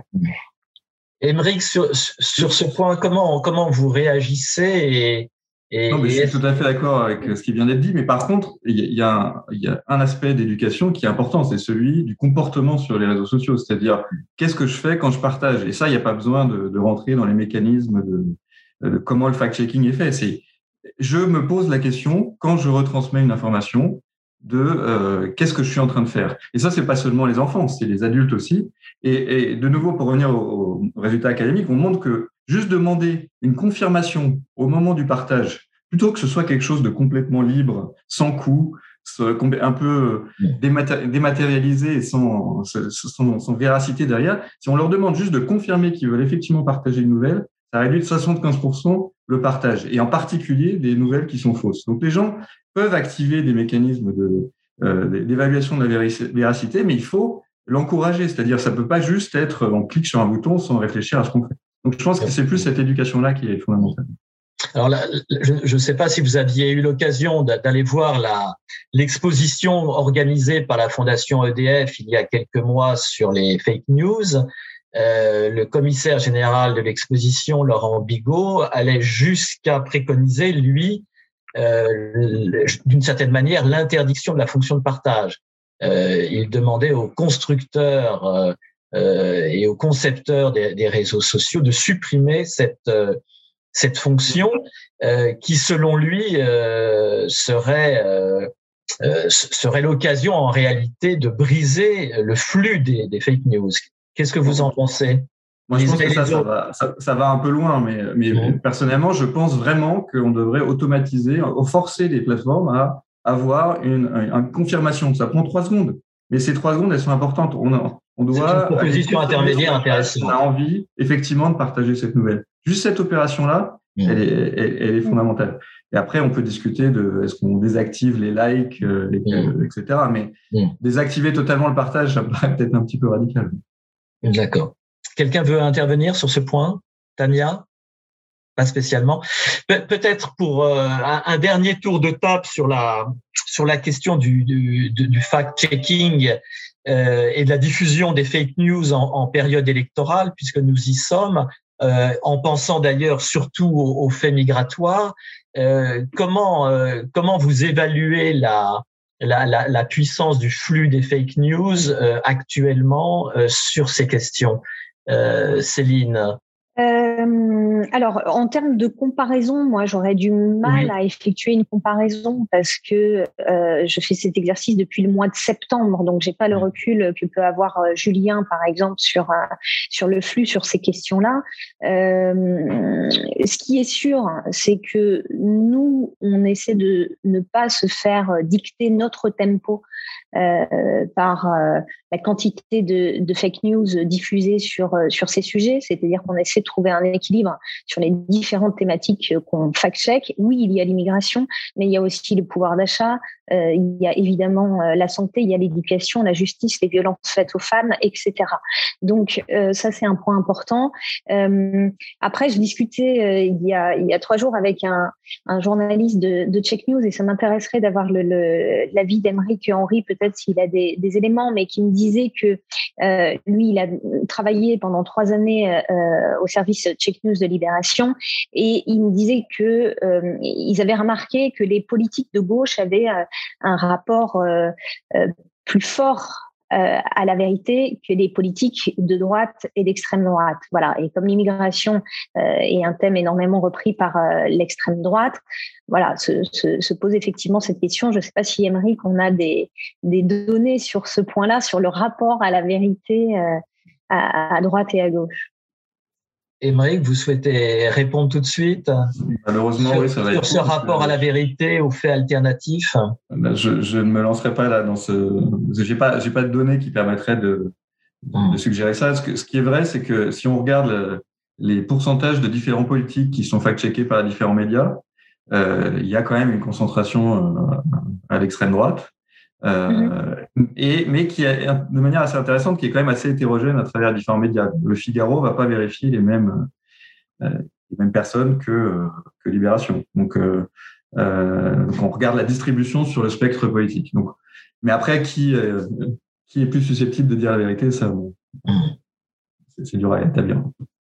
Émeric, sur, sur ce point, comment, comment vous réagissez et, et Non, mais je suis tout à fait d'accord avec ce qui vient d'être dit, mais par contre, il y a, un, il y a un aspect d'éducation qui est important, c'est celui du comportement sur les réseaux sociaux, c'est-à-dire qu'est-ce que je fais quand je partage. Et ça, il n'y a pas besoin de, de rentrer dans les mécanismes de, de comment le fact-checking est fait. C'est, je me pose la question, quand je retransmets une information, de euh, qu'est-ce que je suis en train de faire. Et ça, c'est pas seulement les enfants, c'est les adultes aussi. Et, et de nouveau, pour revenir aux, aux résultats académiques, on montre que juste demander une confirmation au moment du partage, plutôt que ce soit quelque chose de complètement libre, sans coût, un peu dématérialisé et sans, sans, sans véracité derrière, si on leur demande juste de confirmer qu'ils veulent effectivement partager une nouvelle, ça réduit de soixante-quinze pour cent le partage, et en particulier des nouvelles qui sont fausses. Donc les gens peuvent activer des mécanismes de, euh, d'évaluation de la véracité, mais il faut l'encourager, c'est-à-dire ça peut pas juste être on clique sur un bouton sans réfléchir à ce qu'on fait. Donc je pense que c'est plus cette éducation-là qui est fondamentale. Alors là, je ne sais pas si vous aviez eu l'occasion d'aller voir la l'exposition organisée par la Fondation E D F il y a quelques mois sur les fake news. Euh, le commissaire général de l'exposition, Laurent Bigot, allait jusqu'à préconiser, lui, euh, d'une certaine manière, l'interdiction de la fonction de partage. Euh, il demandait aux constructeurs euh, euh, et aux concepteurs des, des réseaux sociaux de supprimer cette euh, cette fonction euh, qui, selon lui, euh, serait euh, euh, serait l'occasion en réalité de briser le flux des, des fake news. Qu'est-ce que vous en pensez? Moi, je pense que ça, ça va, ça, ça va un peu loin, mais, mais mmh. personnellement, je pense vraiment qu'on devrait automatiser, forcer les plateformes à avoir une, une confirmation. Ça prend trois secondes, mais ces trois secondes, elles sont importantes. On, on doit. C'est une proposition intermédiaire intéressante. On a envie, effectivement, de partager cette nouvelle. Juste cette opération-là, mmh. elle, est, elle, elle est fondamentale. Et après, on peut discuter de est-ce qu'on désactive les likes, les, mmh. et cetera. Mais mmh. désactiver totalement le partage, ça me paraît peut-être un petit peu radical. D'accord. Quelqu'un veut intervenir sur ce point? Tania? Pas spécialement. Pe- peut-être pour euh, un, un dernier tour de table sur la sur la question du du, du fact-checking euh, et de la diffusion des fake news en, en période électorale, puisque nous y sommes, euh, en pensant d'ailleurs surtout aux, aux faits migratoires. Euh, comment euh, comment vous évaluez la La, la, la puissance du flux des fake news euh, actuellement euh, sur ces questions? Euh, Céline? Euh, alors, en termes de comparaison, moi, j'aurais du mal oui. à effectuer une comparaison parce que euh, je fais cet exercice depuis le mois de septembre, donc j'ai pas le recul que peut avoir euh, Julien, par exemple, sur euh, sur le flux, sur ces questions-là. Euh, ce qui est sûr, c'est que nous, on essaie de ne pas se faire dicter notre tempo euh, par euh, la quantité de, de fake news diffusées sur sur ces sujets, c'est-à-dire qu'on essaie de trouver un équilibre sur les différentes thématiques qu'on fact-check. Oui, il y a l'immigration, mais il y a aussi le pouvoir d'achat, euh, il y a évidemment euh, la santé, il y a l'éducation, la justice, les violences faites aux femmes, et cetera. Donc euh, ça, c'est un point important. Euh, après, je discutais euh, il y a il y a trois jours avec un, un journaliste de, de Check News et ça m'intéresserait d'avoir le, le l'avis d'Émeric Henry, peut-être s'il a des, des éléments, mais qui me disait que euh, lui, il a travaillé pendant trois années euh, au service Check News de Libération et il me disait que euh, ils avaient remarqué que les politiques de gauche avaient euh, un rapport euh, euh, plus fort euh, à la vérité que des politiques de droite et d'extrême droite. Voilà. Et comme l'immigration euh, est un thème énormément repris par euh, l'extrême droite, voilà, se, se, se pose effectivement cette question. Je ne sais pas si, Aymeric, on a des, des données sur ce point-là, sur le rapport à la vérité euh, à, à droite et à gauche. Aymeric, vous souhaitez répondre tout de suite? Malheureusement, sur, oui, ça va sur être ce rapport à la vérité, aux faits alternatifs. Je, je ne me lancerai pas là dans ce. J'ai pas, j'ai pas de données qui permettraient de, de, de suggérer ça. Ce, que, ce qui est vrai, c'est que si on regarde le, les pourcentages de différents politiques qui sont fact-checkés par les différents médias, euh, il y a quand même une concentration euh, à l'extrême droite. Euh, mm-hmm. et, mais qui est de manière assez intéressante, qui est quand même assez hétérogène à travers différents médias. Le Figaro va pas vérifier les mêmes, euh, les mêmes personnes que, que Libération. Donc, euh, euh, donc, on regarde la distribution sur le spectre politique. Donc, mais après, qui, euh, qui est plus susceptible de dire la vérité, ça, bon, c'est, c'est dur à établir.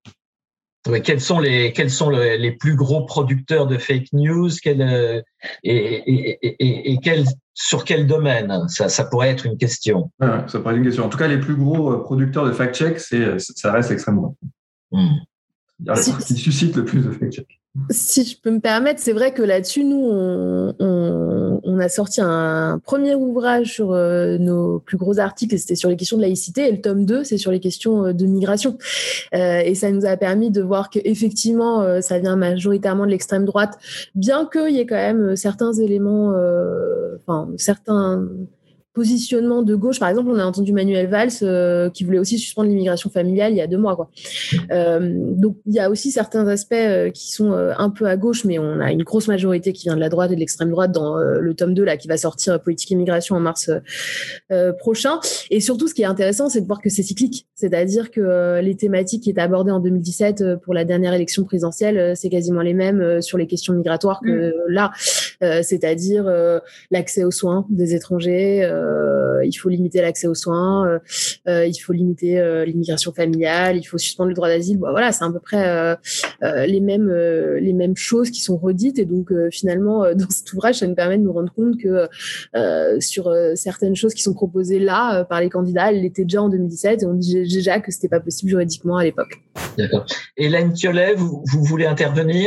Oui, quels sont les quels sont le, les plus gros producteurs de fake news, quel, euh, et, et, et, et quel, sur quel domaine? Ça, ça pourrait être une question. Ouais, ça pourrait être une question. En tout cas, les plus gros producteurs de fact-check, c'est, ça reste l'extrême droite. Mmh. Si, qui suscite le plus de fact-check. Si je peux me permettre, c'est vrai que là-dessus, nous, on, on, on a sorti un premier ouvrage sur euh, nos plus gros articles, et c'était sur les questions de laïcité, et le tome deux, c'est sur les questions de migration. Euh, et ça nous a permis de voir qu'effectivement, euh, ça vient majoritairement de l'extrême droite, bien qu'il y ait quand même certains éléments, euh, enfin, certains positionnement de gauche. Par exemple, on a entendu Manuel Valls euh, qui voulait aussi suspendre l'immigration familiale il y a deux mois, quoi. Euh, donc, il y a aussi certains aspects euh, qui sont euh, un peu à gauche, mais on a une grosse majorité qui vient de la droite et de l'extrême droite dans euh, le tome deux, là, qui va sortir, Politique immigration, en mars euh, prochain. Et surtout, ce qui est intéressant, c'est de voir que c'est cyclique. C'est-à-dire que euh, les thématiques qui étaient abordées en deux mille dix-sept euh, pour la dernière élection présidentielle, euh, c'est quasiment les mêmes euh, sur les questions migratoires que mmh. là. Euh, c'est-à-dire euh, l'accès aux soins des étrangers, euh, il faut limiter l'accès aux soins, euh, euh, il faut limiter euh, l'immigration familiale, il faut suspendre le droit d'asile. Bon, voilà, c'est à peu près euh, euh, les mêmes euh, les mêmes choses qui sont redites. Et donc euh, finalement, euh, dans cet ouvrage, ça nous permet de nous rendre compte que euh, sur euh, certaines choses qui sont proposées là euh, par les candidats, elles l'étaient déjà en deux mille dix-sept, et on dit déjà que c'était pas possible juridiquement à l'époque. D'accord. Hélène Thiollet, vous, vous voulez intervenir?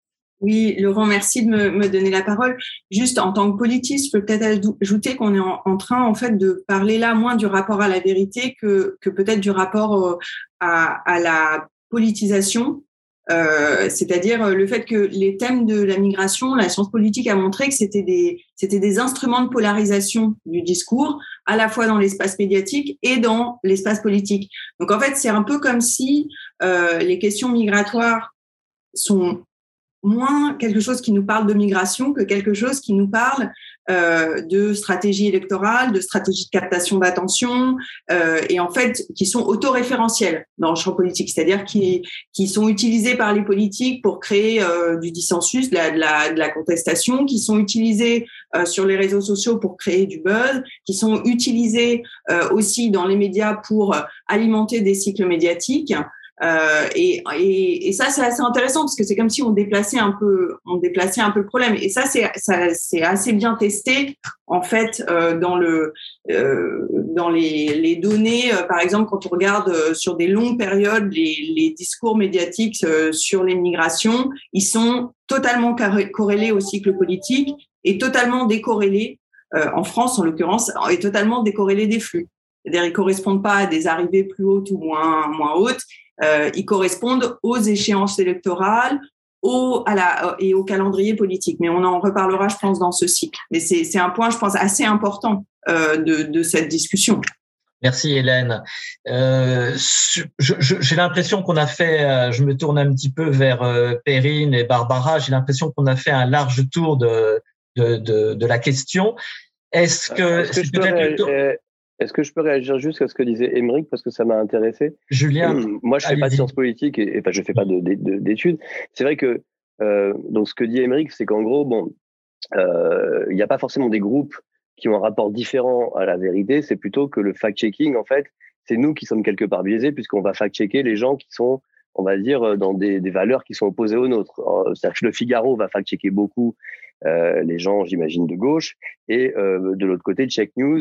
Oui, Laurent, merci de me, me donner la parole. Juste en tant que politiste, je peux peut-être ajouter qu'on est en, en train, en fait, de parler là moins du rapport à la vérité que, que peut-être du rapport à, à la politisation. Euh, c'est-à-dire le fait que les thèmes de la migration, la science politique a montré que c'était des, c'était des instruments de polarisation du discours, à la fois dans l'espace médiatique et dans l'espace politique. Donc, en fait, c'est un peu comme si euh, les questions migratoires sont moins quelque chose qui nous parle de migration que quelque chose qui nous parle euh, de stratégie électorale, de stratégie de captation d'attention, euh, et en fait qui sont autoréférentiels dans le champ politique, c'est-à-dire qui qui sont utilisés par les politiques pour créer euh, du dissensus, de la, de la de la contestation, qui sont utilisés euh, sur les réseaux sociaux pour créer du buzz, qui sont utilisés euh, aussi dans les médias pour alimenter des cycles médiatiques. Euh, et, et, et ça, c'est assez intéressant parce que c'est comme si on déplaçait un peu, on déplaçait un peu le problème. Et ça, c'est, ça, c'est assez bien testé en fait euh, dans le, euh, dans les, les données. Euh, par exemple, quand on regarde euh, sur des longues périodes les, les discours médiatiques euh, sur les migrations, ils sont totalement corrélés au cycle politique et totalement décorrélés. Euh, en France, en l'occurrence, et totalement décorrélés des flux. C'est-à-dire, ils correspondent pas à des arrivées plus hautes ou moins moins hautes. Euh, ils correspondent aux échéances électorales, au, à la, et au calendrier politique. Mais on en reparlera, je pense, dans ce cycle. Mais c'est, c'est un point, je pense, assez important euh, de, de cette discussion. Merci Hélène. Euh, je, je, j'ai l'impression qu'on a fait, je me tourne un petit peu vers euh, Perrine et Barbara, j'ai l'impression qu'on a fait un large tour de, de, de, de la question. Est-ce que, Est-ce que je peux peut-être ré- Est-ce que je peux réagir juste à ce que disait Aymeric parce que ça m'a intéressé? Julien, moi je fais pas de sciences politiques et, et enfin je fais pas de, de, de, d'études. C'est vrai que euh, donc ce que dit Aymeric, c'est qu'en gros bon, il euh, n'y a pas forcément des groupes qui ont un rapport différent à la vérité. C'est plutôt que le fact-checking en fait, c'est nous qui sommes quelque part biaisés puisqu'on va fact-checker les gens qui sont, on va dire, dans des, des valeurs qui sont opposées aux nôtres. C'est-à-dire que le Figaro va fact-checker beaucoup euh, les gens, j'imagine, de gauche et euh, de l'autre côté, Check News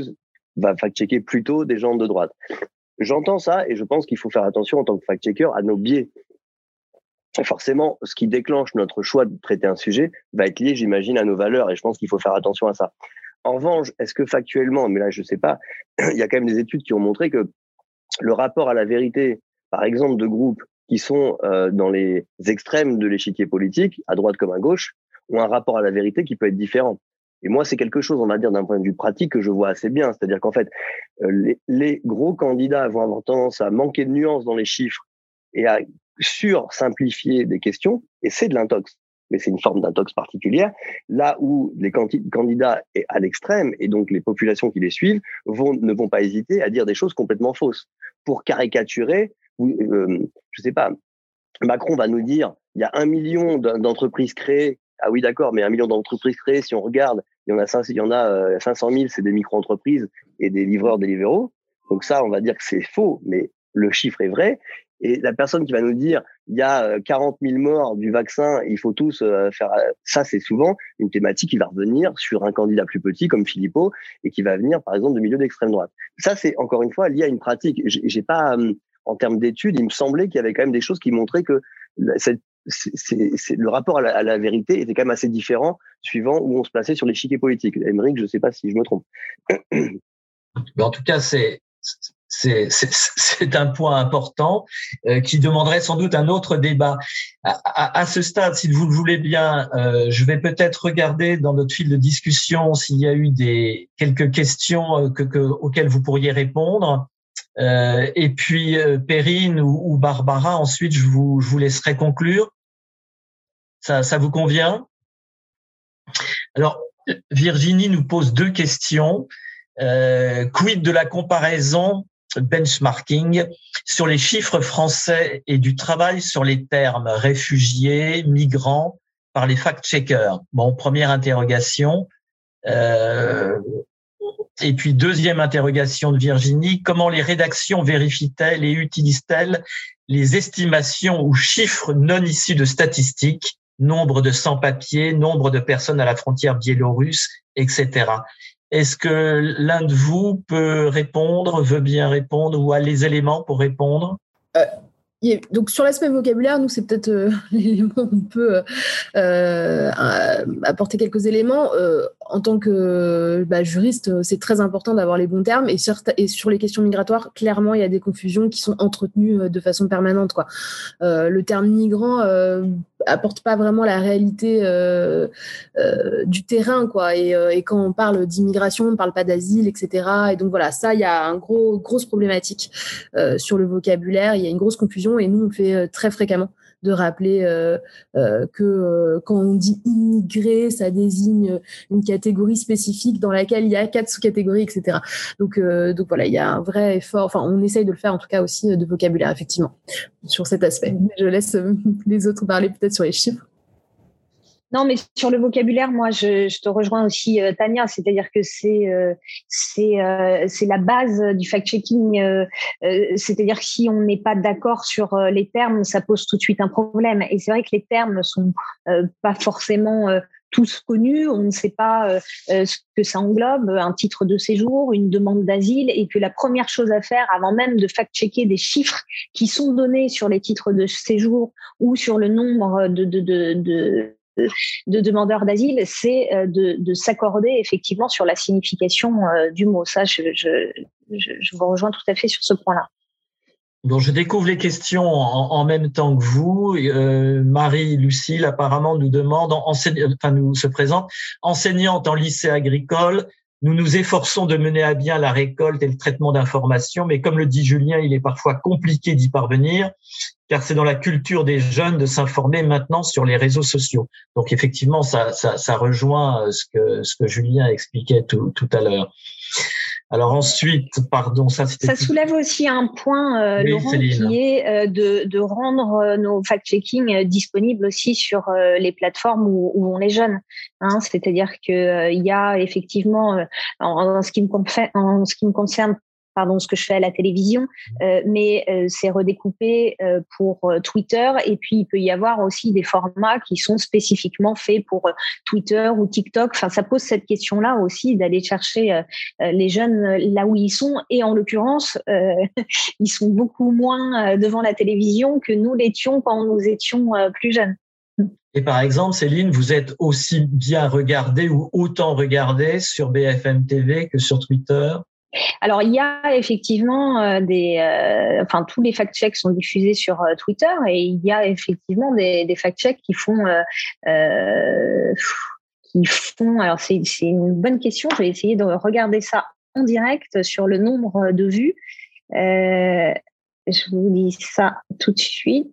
va fact-checker plutôt des gens de droite. J'entends ça et je pense qu'il faut faire attention en tant que fact-checker à nos biais. Et forcément, ce qui déclenche notre choix de traiter un sujet va être lié, j'imagine, à nos valeurs et je pense qu'il faut faire attention à ça. En revanche, est-ce que factuellement, mais là je sais pas, il y a quand même des études qui ont montré que le rapport à la vérité, par exemple, de groupes qui sont euh, dans les extrêmes de l'échiquier politique, à droite comme à gauche, ont un rapport à la vérité qui peut être différent. Et moi, c'est quelque chose, on va dire, d'un point de vue pratique que je vois assez bien. C'est-à-dire qu'en fait, euh, les, les gros candidats vont avoir tendance à manquer de nuances dans les chiffres et à sur-simplifier des questions, et c'est de l'intox. Mais c'est une forme d'intox particulière, là où les candidats à l'extrême, et donc les populations qui les suivent, vont, ne vont pas hésiter à dire des choses complètement fausses. Pour caricaturer, euh, je sais pas, Macron va nous dire, il y a un million d'entreprises créées. Ah oui, d'accord, mais un million d'entreprises créées, si on regarde, il y en a cinq, il y en a euh, cinq cent mille, c'est des micro-entreprises et des livreurs, des libéraux. Donc ça, on va dire que c'est faux, mais le chiffre est vrai. Et la personne qui va nous dire, il y a quarante mille morts du vaccin, il faut tous faire ça, c'est souvent une thématique qui va revenir sur un candidat plus petit comme Philippot et qui va venir, par exemple, de milieu d'extrême droite. Ça, c'est encore une fois lié à une pratique. J'ai pas, en termes d'études, il me semblait qu'il y avait quand même des choses qui montraient que cette C'est, c'est, c'est, le rapport à la, à la vérité était quand même assez différent suivant où on se plaçait sur l'échiquier politique. Aymeric, je ne sais pas si je me trompe. Mais en tout cas, c'est, c'est, c'est, c'est un point important euh, qui demanderait sans doute un autre débat. À, à, à ce stade, si vous le voulez bien, euh, je vais peut-être regarder dans notre fil de discussion s'il y a eu des quelques questions que, que, auxquelles vous pourriez répondre. Euh, et puis euh, Perrine ou, ou Barbara, ensuite je vous, je vous laisserai conclure. Ça, ça vous convient? Alors Virginie nous pose deux questions. Euh, quid de la comparaison benchmarking sur les chiffres français et du travail sur les termes réfugiés, migrants par les fact-checkers? Bon, première interrogation. Euh, Et puis, deuxième interrogation de Virginie, comment les rédactions vérifient-elles et utilisent-elles les estimations ou chiffres non issus de statistiques, nombre de sans-papiers, nombre de personnes à la frontière biélorusse, et cetera. Est-ce que l'un de vous peut répondre, veut bien répondre ou a les éléments pour répondre? euh. Donc sur l'aspect vocabulaire, nous c'est peut-être euh, l'élément où on peut euh, apporter quelques éléments. Euh, en tant que bah, juriste, c'est très important d'avoir les bons termes et sur, et sur les questions migratoires, clairement il y a des confusions qui sont entretenues de façon permanente, quoi. Euh, le terme migrant euh, apporte pas vraiment la réalité euh, euh, du terrain, quoi. Et, euh, et quand on parle d'immigration, on ne parle pas d'asile, et cetera. Et donc voilà, ça il y a une gros, grosse problématique euh, sur le vocabulaire. Il y a une grosse confusion. Et nous, on fait très fréquemment de rappeler euh, euh, que euh, quand on dit immigré, ça désigne une catégorie spécifique dans laquelle il y a quatre sous-catégories, et cetera. Donc, euh, donc voilà, il y a un vrai effort. Enfin, on essaye de le faire en tout cas aussi de vocabulaire, effectivement, sur cet aspect. Je laisse les autres parler peut-être sur les chiffres. Non, mais sur le vocabulaire, moi, je, je te rejoins aussi, euh, Tania. C'est-à-dire que c'est euh, c'est euh, c'est la base du fact-checking. Euh, euh, c'est-à-dire que si on n'est pas d'accord sur euh, les termes, ça pose tout de suite un problème. Et c'est vrai que les termes sont euh, pas forcément euh, tous connus. On ne sait pas euh, ce que ça englobe, un titre de séjour, une demande d'asile, et que la première chose à faire, avant même de fact-checker des chiffres qui sont donnés sur les titres de séjour ou sur le nombre de de de, de de demandeurs d'asile, c'est de, de s'accorder effectivement sur la signification euh, du mot. Ça, je, je, je, je vous rejoins tout à fait sur ce point-là. Bon, je découvre les questions en, en même temps que vous. Euh, Marie-Lucille, apparemment, nous demande, enseigne, enfin, nous se présente, enseignante en lycée agricole. Nous nous efforçons de mener à bien la récolte et le traitement d'informations, mais comme le dit Julien, il est parfois compliqué d'y parvenir, car c'est dans la culture des jeunes de s'informer maintenant sur les réseaux sociaux. Donc effectivement, ça, ça, ça rejoint ce que, ce que Julien expliquait tout, tout à l'heure. Alors ensuite, pardon, ça c'était... Ça soulève aussi un point, euh, oui, Laurent, Céline, qui est euh, de, de rendre euh, nos fact-checking euh, disponibles aussi sur euh, les plateformes où, où on les jeune. Hein, c'est-à-dire que euh, il y a effectivement, euh, en, en, ce qui me concerne, en ce qui me concerne, pardon, ce que je fais à la télévision, euh, mais euh, c'est redécoupé euh, pour euh, Twitter. Et puis, il peut y avoir aussi des formats qui sont spécifiquement faits pour euh, Twitter ou TikTok. Enfin, ça pose cette question-là aussi d'aller chercher euh, les jeunes là où ils sont. Et en l'occurrence, euh, ils sont beaucoup moins devant la télévision que nous l'étions quand nous étions euh, plus jeunes. Et par exemple, Céline, vous êtes aussi bien regardée ou autant regardée sur B F M T V que sur Twitter? Alors, il y a effectivement euh, des... Euh, enfin, tous les fact-checks sont diffusés sur euh, Twitter et il y a effectivement des, des fact-checks qui font... Euh, euh, qui font... Alors, c'est, c'est une bonne question. Je vais essayer de regarder ça en direct sur le nombre de vues. Euh, je vous dis ça tout de suite.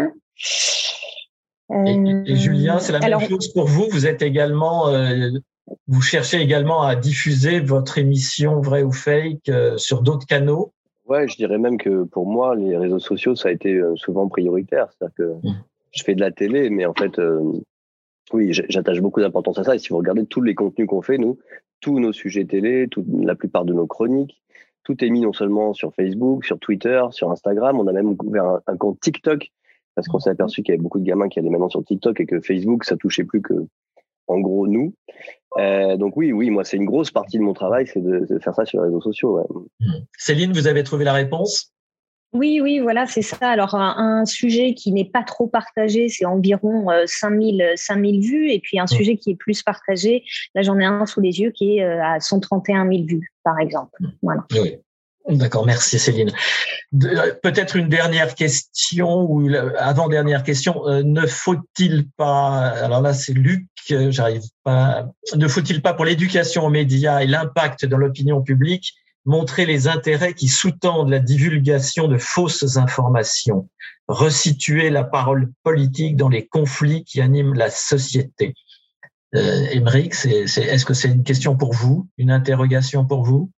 Et, et Julien, c'est la alors, même chose pour vous. Vous êtes également, euh, vous cherchez également à diffuser votre émission Vrai ou Fake euh, sur d'autres canaux. Ouais, je dirais même que pour moi, les réseaux sociaux, ça a été souvent prioritaire. C'est-à-dire que mmh. je fais de la télé, mais en fait, euh, oui, j'attache beaucoup d'importance à ça. Et si vous regardez tous les contenus qu'on fait, nous, tous nos sujets télé, tout, la plupart de nos chroniques, tout est mis non seulement sur Facebook, sur Twitter, sur Instagram. On a même ouvert un, un compte TikTok. Parce qu'on s'est aperçu qu'il y avait beaucoup de gamins qui allaient maintenant sur TikTok et que Facebook, ça touchait plus que, en gros, nous. Euh, donc oui, oui, moi, c'est une grosse partie de mon travail, c'est de, de faire ça sur les réseaux sociaux. Ouais. Céline, vous avez trouvé la réponse? Oui, oui, voilà, c'est ça. Alors, un, un sujet qui n'est pas trop partagé, c'est environ euh, cinq mille vues. Et puis, un mmh. sujet qui est plus partagé, là, j'en ai un sous les yeux qui est euh, à cent trente et un mille vues, par exemple. Voilà. Oui. D'accord, merci Céline. De, peut-être une dernière question ou avant-dernière question. Euh, ne faut-il pas, alors là c'est Luc, euh, j'arrive pas. Ne faut-il pas pour l'éducation aux médias et l'impact dans l'opinion publique montrer les intérêts qui sous-tendent la divulgation de fausses informations, resituer la parole politique dans les conflits qui animent la société? Euh, Aymeric, c'est, c'est, est-ce que c'est une question pour vous, une interrogation pour vous?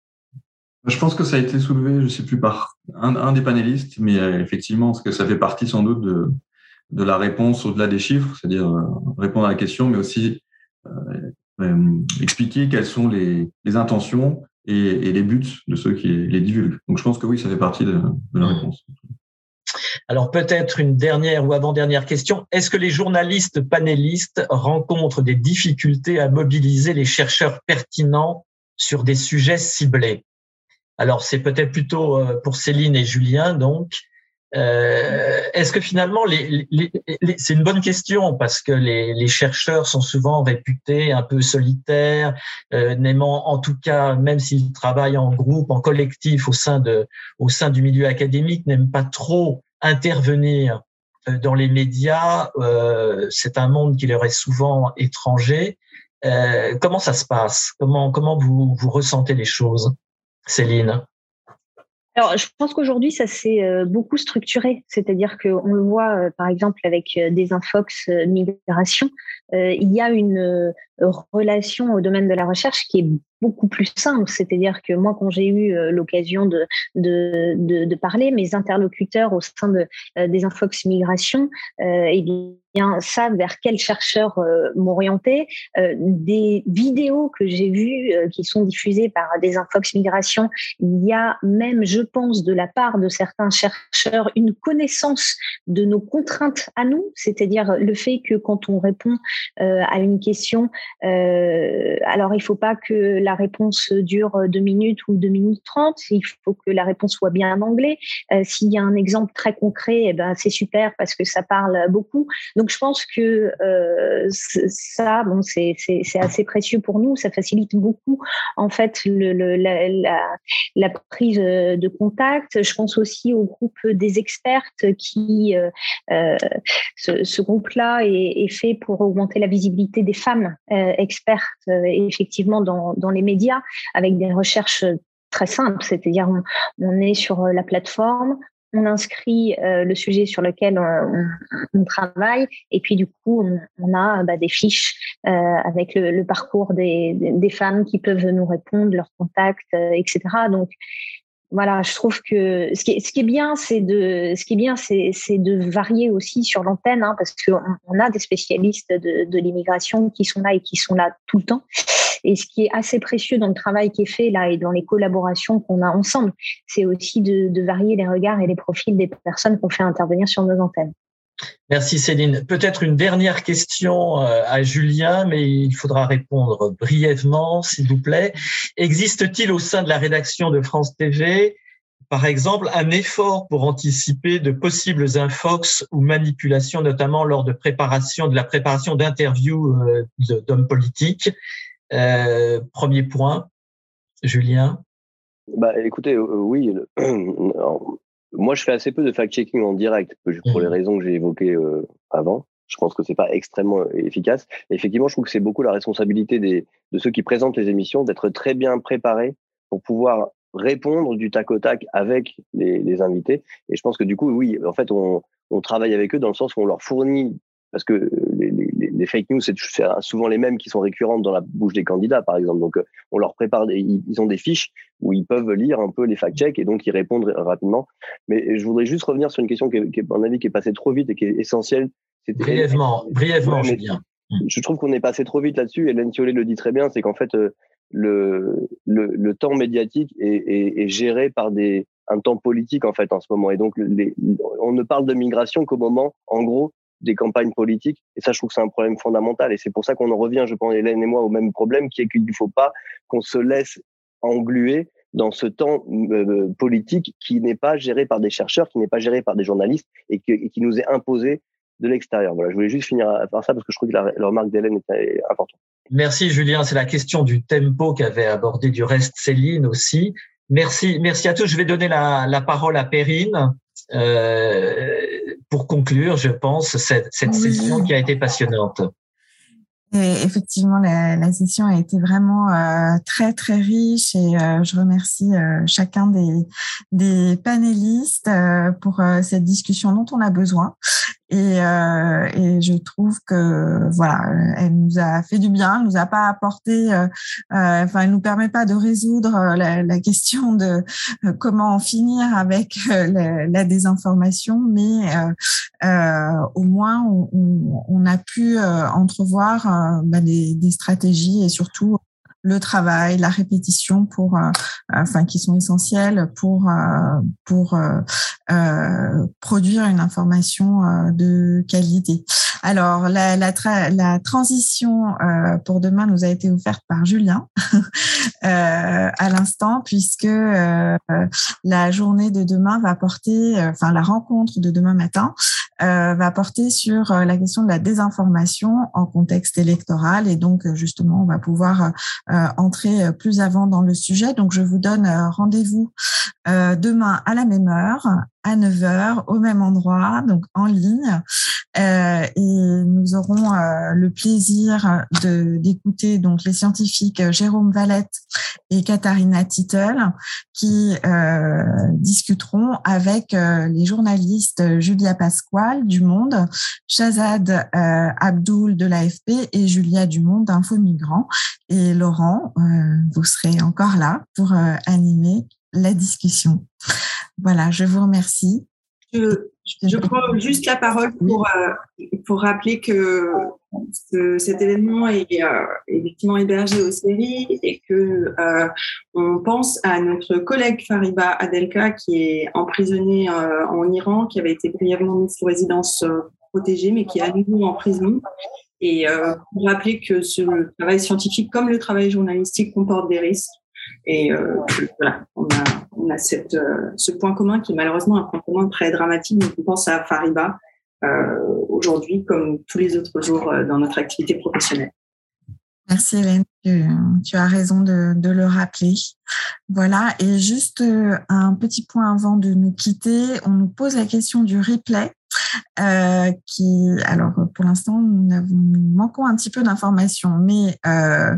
Je pense que ça a été soulevé, je ne sais plus, par un, un des panélistes, mais euh, effectivement, parce que ça fait partie sans doute de, de la réponse au-delà des chiffres, c'est-à-dire euh, répondre à la question, mais aussi euh, euh, expliquer quelles sont les, les intentions et, et les buts de ceux qui les divulguent. Donc je pense que oui, ça fait partie de, de la réponse. Alors peut-être une dernière ou avant-dernière question. Est-ce que les journalistes panélistes rencontrent des difficultés à mobiliser les chercheurs pertinents sur des sujets ciblés? Alors, c'est peut-être plutôt pour Céline et Julien, donc. Euh, est-ce que finalement, les, les, les, c'est une bonne question parce que les, les chercheurs sont souvent réputés un peu solitaires, euh, n'aimant en tout cas, même s'ils travaillent en groupe, en collectif au sein de, au sein du milieu académique, n'aiment pas trop intervenir dans les médias. Euh, c'est un monde qui leur est souvent étranger. Euh, comment ça se passe? Comment, comment vous, vous ressentez les choses? Céline? Alors, je pense qu'aujourd'hui, ça s'est beaucoup structuré. C'est-à-dire qu'on le voit, par exemple, avec Desinfox Migration, il y a une relation au domaine de la recherche qui est beaucoup plus simple. C'est-à-dire que moi, quand j'ai eu l'occasion de, de, de, de parler, mes interlocuteurs au sein de Desinfox Migration, euh, eh bien, savent vers quel chercheur euh, m'orienter. Euh, des vidéos que j'ai vues euh, qui sont diffusées par Desinfox Migration, il y a même, je pense, de la part de certains chercheurs, une connaissance de nos contraintes à nous, c'est-à-dire le fait que quand on répond euh, à une question, euh, alors il ne faut pas que la réponse dure deux minutes ou deux minutes trente, il faut que la réponse soit bien en anglais. Euh, s'il y a un exemple très concret, eh ben, c'est super parce que ça parle beaucoup. Donc, je pense que euh, ça, bon, c'est, c'est, c'est assez précieux pour nous. Ça facilite beaucoup, en fait, le, le, la, la, la prise de contact. Je pense aussi au groupe des expertes qui, euh, euh, ce, ce groupe-là est, est fait pour augmenter la visibilité des femmes euh, expertes, euh, effectivement, dans, dans les médias, avec des recherches très simples. C'est-à-dire, on, on est sur la plateforme, on inscrit euh, le sujet sur lequel on, on, on travaille et puis du coup on, on a bah, des fiches euh, avec le, le parcours des, des femmes qui peuvent nous répondre, leurs contacts, euh, et cetera. Donc Voilà, je trouve que ce qui est, ce qui est bien, c'est de, ce qui est bien, c'est, c'est de varier aussi sur l'antenne, hein, parce qu'on on a des spécialistes de, de l'immigration qui sont là et qui sont là tout le temps. Et ce qui est assez précieux dans le travail qui est fait là et dans les collaborations qu'on a ensemble, c'est aussi de, de varier les regards et les profils des personnes qu'on fait intervenir sur nos antennes. Merci Céline. Peut-être une dernière question à Julien, mais il faudra répondre brièvement, s'il vous plaît. Existe-t-il au sein de la rédaction de France T V, par exemple, un effort pour anticiper de possibles infox ou manipulations, notamment lors de préparation, de la préparation d'interviews d'hommes politiques? Euh, premier point, Julien. Bah, écoutez, euh, oui. Alors, moi, je fais assez peu de fact-checking en direct, pour les raisons que j'ai évoquées euh, avant. Je pense que c'est pas extrêmement efficace. Et effectivement, je trouve que c'est beaucoup la responsabilité des, de ceux qui présentent les émissions d'être très bien préparés pour pouvoir répondre du tac au tac avec les, les invités. Et je pense que du coup, oui, en fait, on, on travaille avec eux dans le sens où on leur fournit, parce que les, les, les fake news, c'est souvent les mêmes qui sont récurrentes dans la bouche des candidats, par exemple. Donc, on leur prépare, des, ils ont des fiches où ils peuvent lire un peu les fact-checks et donc ils répondent rapidement. Mais je voudrais juste revenir sur une question qui, est, qui est, à mon avis, qui est passée trop vite et qui est essentielle. Brièvement, brièvement, ouais, Julien. Je trouve qu'on est passé trop vite là-dessus. Hélène Thiollet le dit très bien, c'est qu'en fait, euh, le, le, le temps médiatique est, est, est géré par des, un temps politique, en fait, en ce moment. Et donc, les, on ne parle de migration qu'au moment, en gros, des campagnes politiques. Et ça, je trouve que c'est un problème fondamental. Et c'est pour ça qu'on en revient, je pense, Hélène et moi, au même problème, qui est qu'il ne faut pas qu'on se laisse engluer dans ce temps euh, politique qui n'est pas géré par des chercheurs, qui n'est pas géré par des journalistes et, que, et qui nous est imposé de l'extérieur. Voilà, je voulais juste finir par ça parce que je trouve que la, la remarque d'Hélène était importante. Merci Julien, c'est la question du tempo qu'avait abordé du reste Céline aussi. Merci, merci à tous. Je vais donner la, la parole à Perrine euh, pour conclure, je pense, cette, cette oui. session qui a été passionnante. Et effectivement, la, la session a été vraiment euh, très, très riche et euh, je remercie euh, chacun des, des panélistes euh, pour euh, cette discussion dont on a besoin. Et, euh, et je trouve que voilà, elle nous a fait du bien, elle nous a pas apporté, euh, euh, enfin, elle nous permet pas de résoudre la, la question de euh, comment en finir avec euh, la, la désinformation, mais euh, euh, au moins on, on, on a pu euh, entrevoir euh, bah, des, des stratégies et surtout le travail, la répétition pour, euh, enfin, qui sont essentielles pour euh, pour euh, euh, produire une information euh, de qualité. Alors la la, tra- la transition euh, pour demain nous a été offerte par Julien euh, à l'instant puisque euh, la journée de demain va porter, euh, enfin la rencontre de demain matin euh, va porter sur la question de la désinformation en contexte électoral et donc justement on va pouvoir euh, entrer plus avant dans le sujet. Donc je vous donne rendez-vous euh, demain à la même heure, à neuf heures, au même endroit, donc en ligne. Euh, et nous aurons euh, le plaisir de d'écouter donc les scientifiques Jérôme Valette et Katharina Tittel qui euh, discuteront avec euh, les journalistes Julia Pasquale du Monde, Shazad euh, Abdoul de l'A F P et Julia Dumont d'Info Migrants. Et Laurent, euh, vous serez encore là pour euh, animer la discussion. Voilà, je vous remercie. Je, je prends juste la parole pour, euh, pour rappeler que ce, cet événement est euh, effectivement hébergé au C E R I et que euh, on pense à notre collègue Fariba Adelka qui est emprisonnée euh, en Iran, qui avait été brièvement mise sous résidence euh, protégée, mais qui est à nouveau en prison. Et euh, pour rappeler que ce travail scientifique, comme le travail journalistique, comporte des risques. Et euh, voilà, on a, on a cette, euh, ce point commun qui est malheureusement un point commun très dramatique. Donc on pense à Fariba euh, aujourd'hui comme tous les autres jours euh, dans notre activité professionnelle. Merci Hélène, tu, tu as raison de, de le rappeler. Voilà, et juste un petit point avant de nous quitter, on nous pose la question du replay. Euh, qui, alors pour l'instant, nous, nous manquons un petit peu d'informations, mais euh,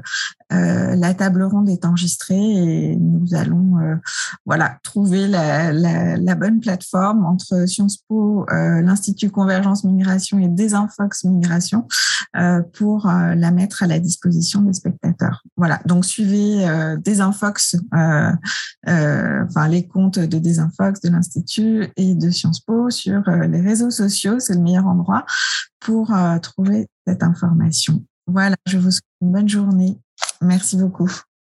euh, la table ronde est enregistrée et nous allons euh, voilà, trouver la, la, la bonne plateforme entre Sciences Po, euh, l'Institut Convergence Migration et Desinfox Migration euh, pour euh, la mettre à la disposition des spectateurs. Voilà, donc suivez euh, Desinfox, euh, euh, enfin les comptes de Desinfox, de l'Institut et de Sciences Po sur euh, les réseaux sociaux, c'est le meilleur endroit pour euh, trouver cette information. Voilà, je vous souhaite une bonne journée. Merci beaucoup.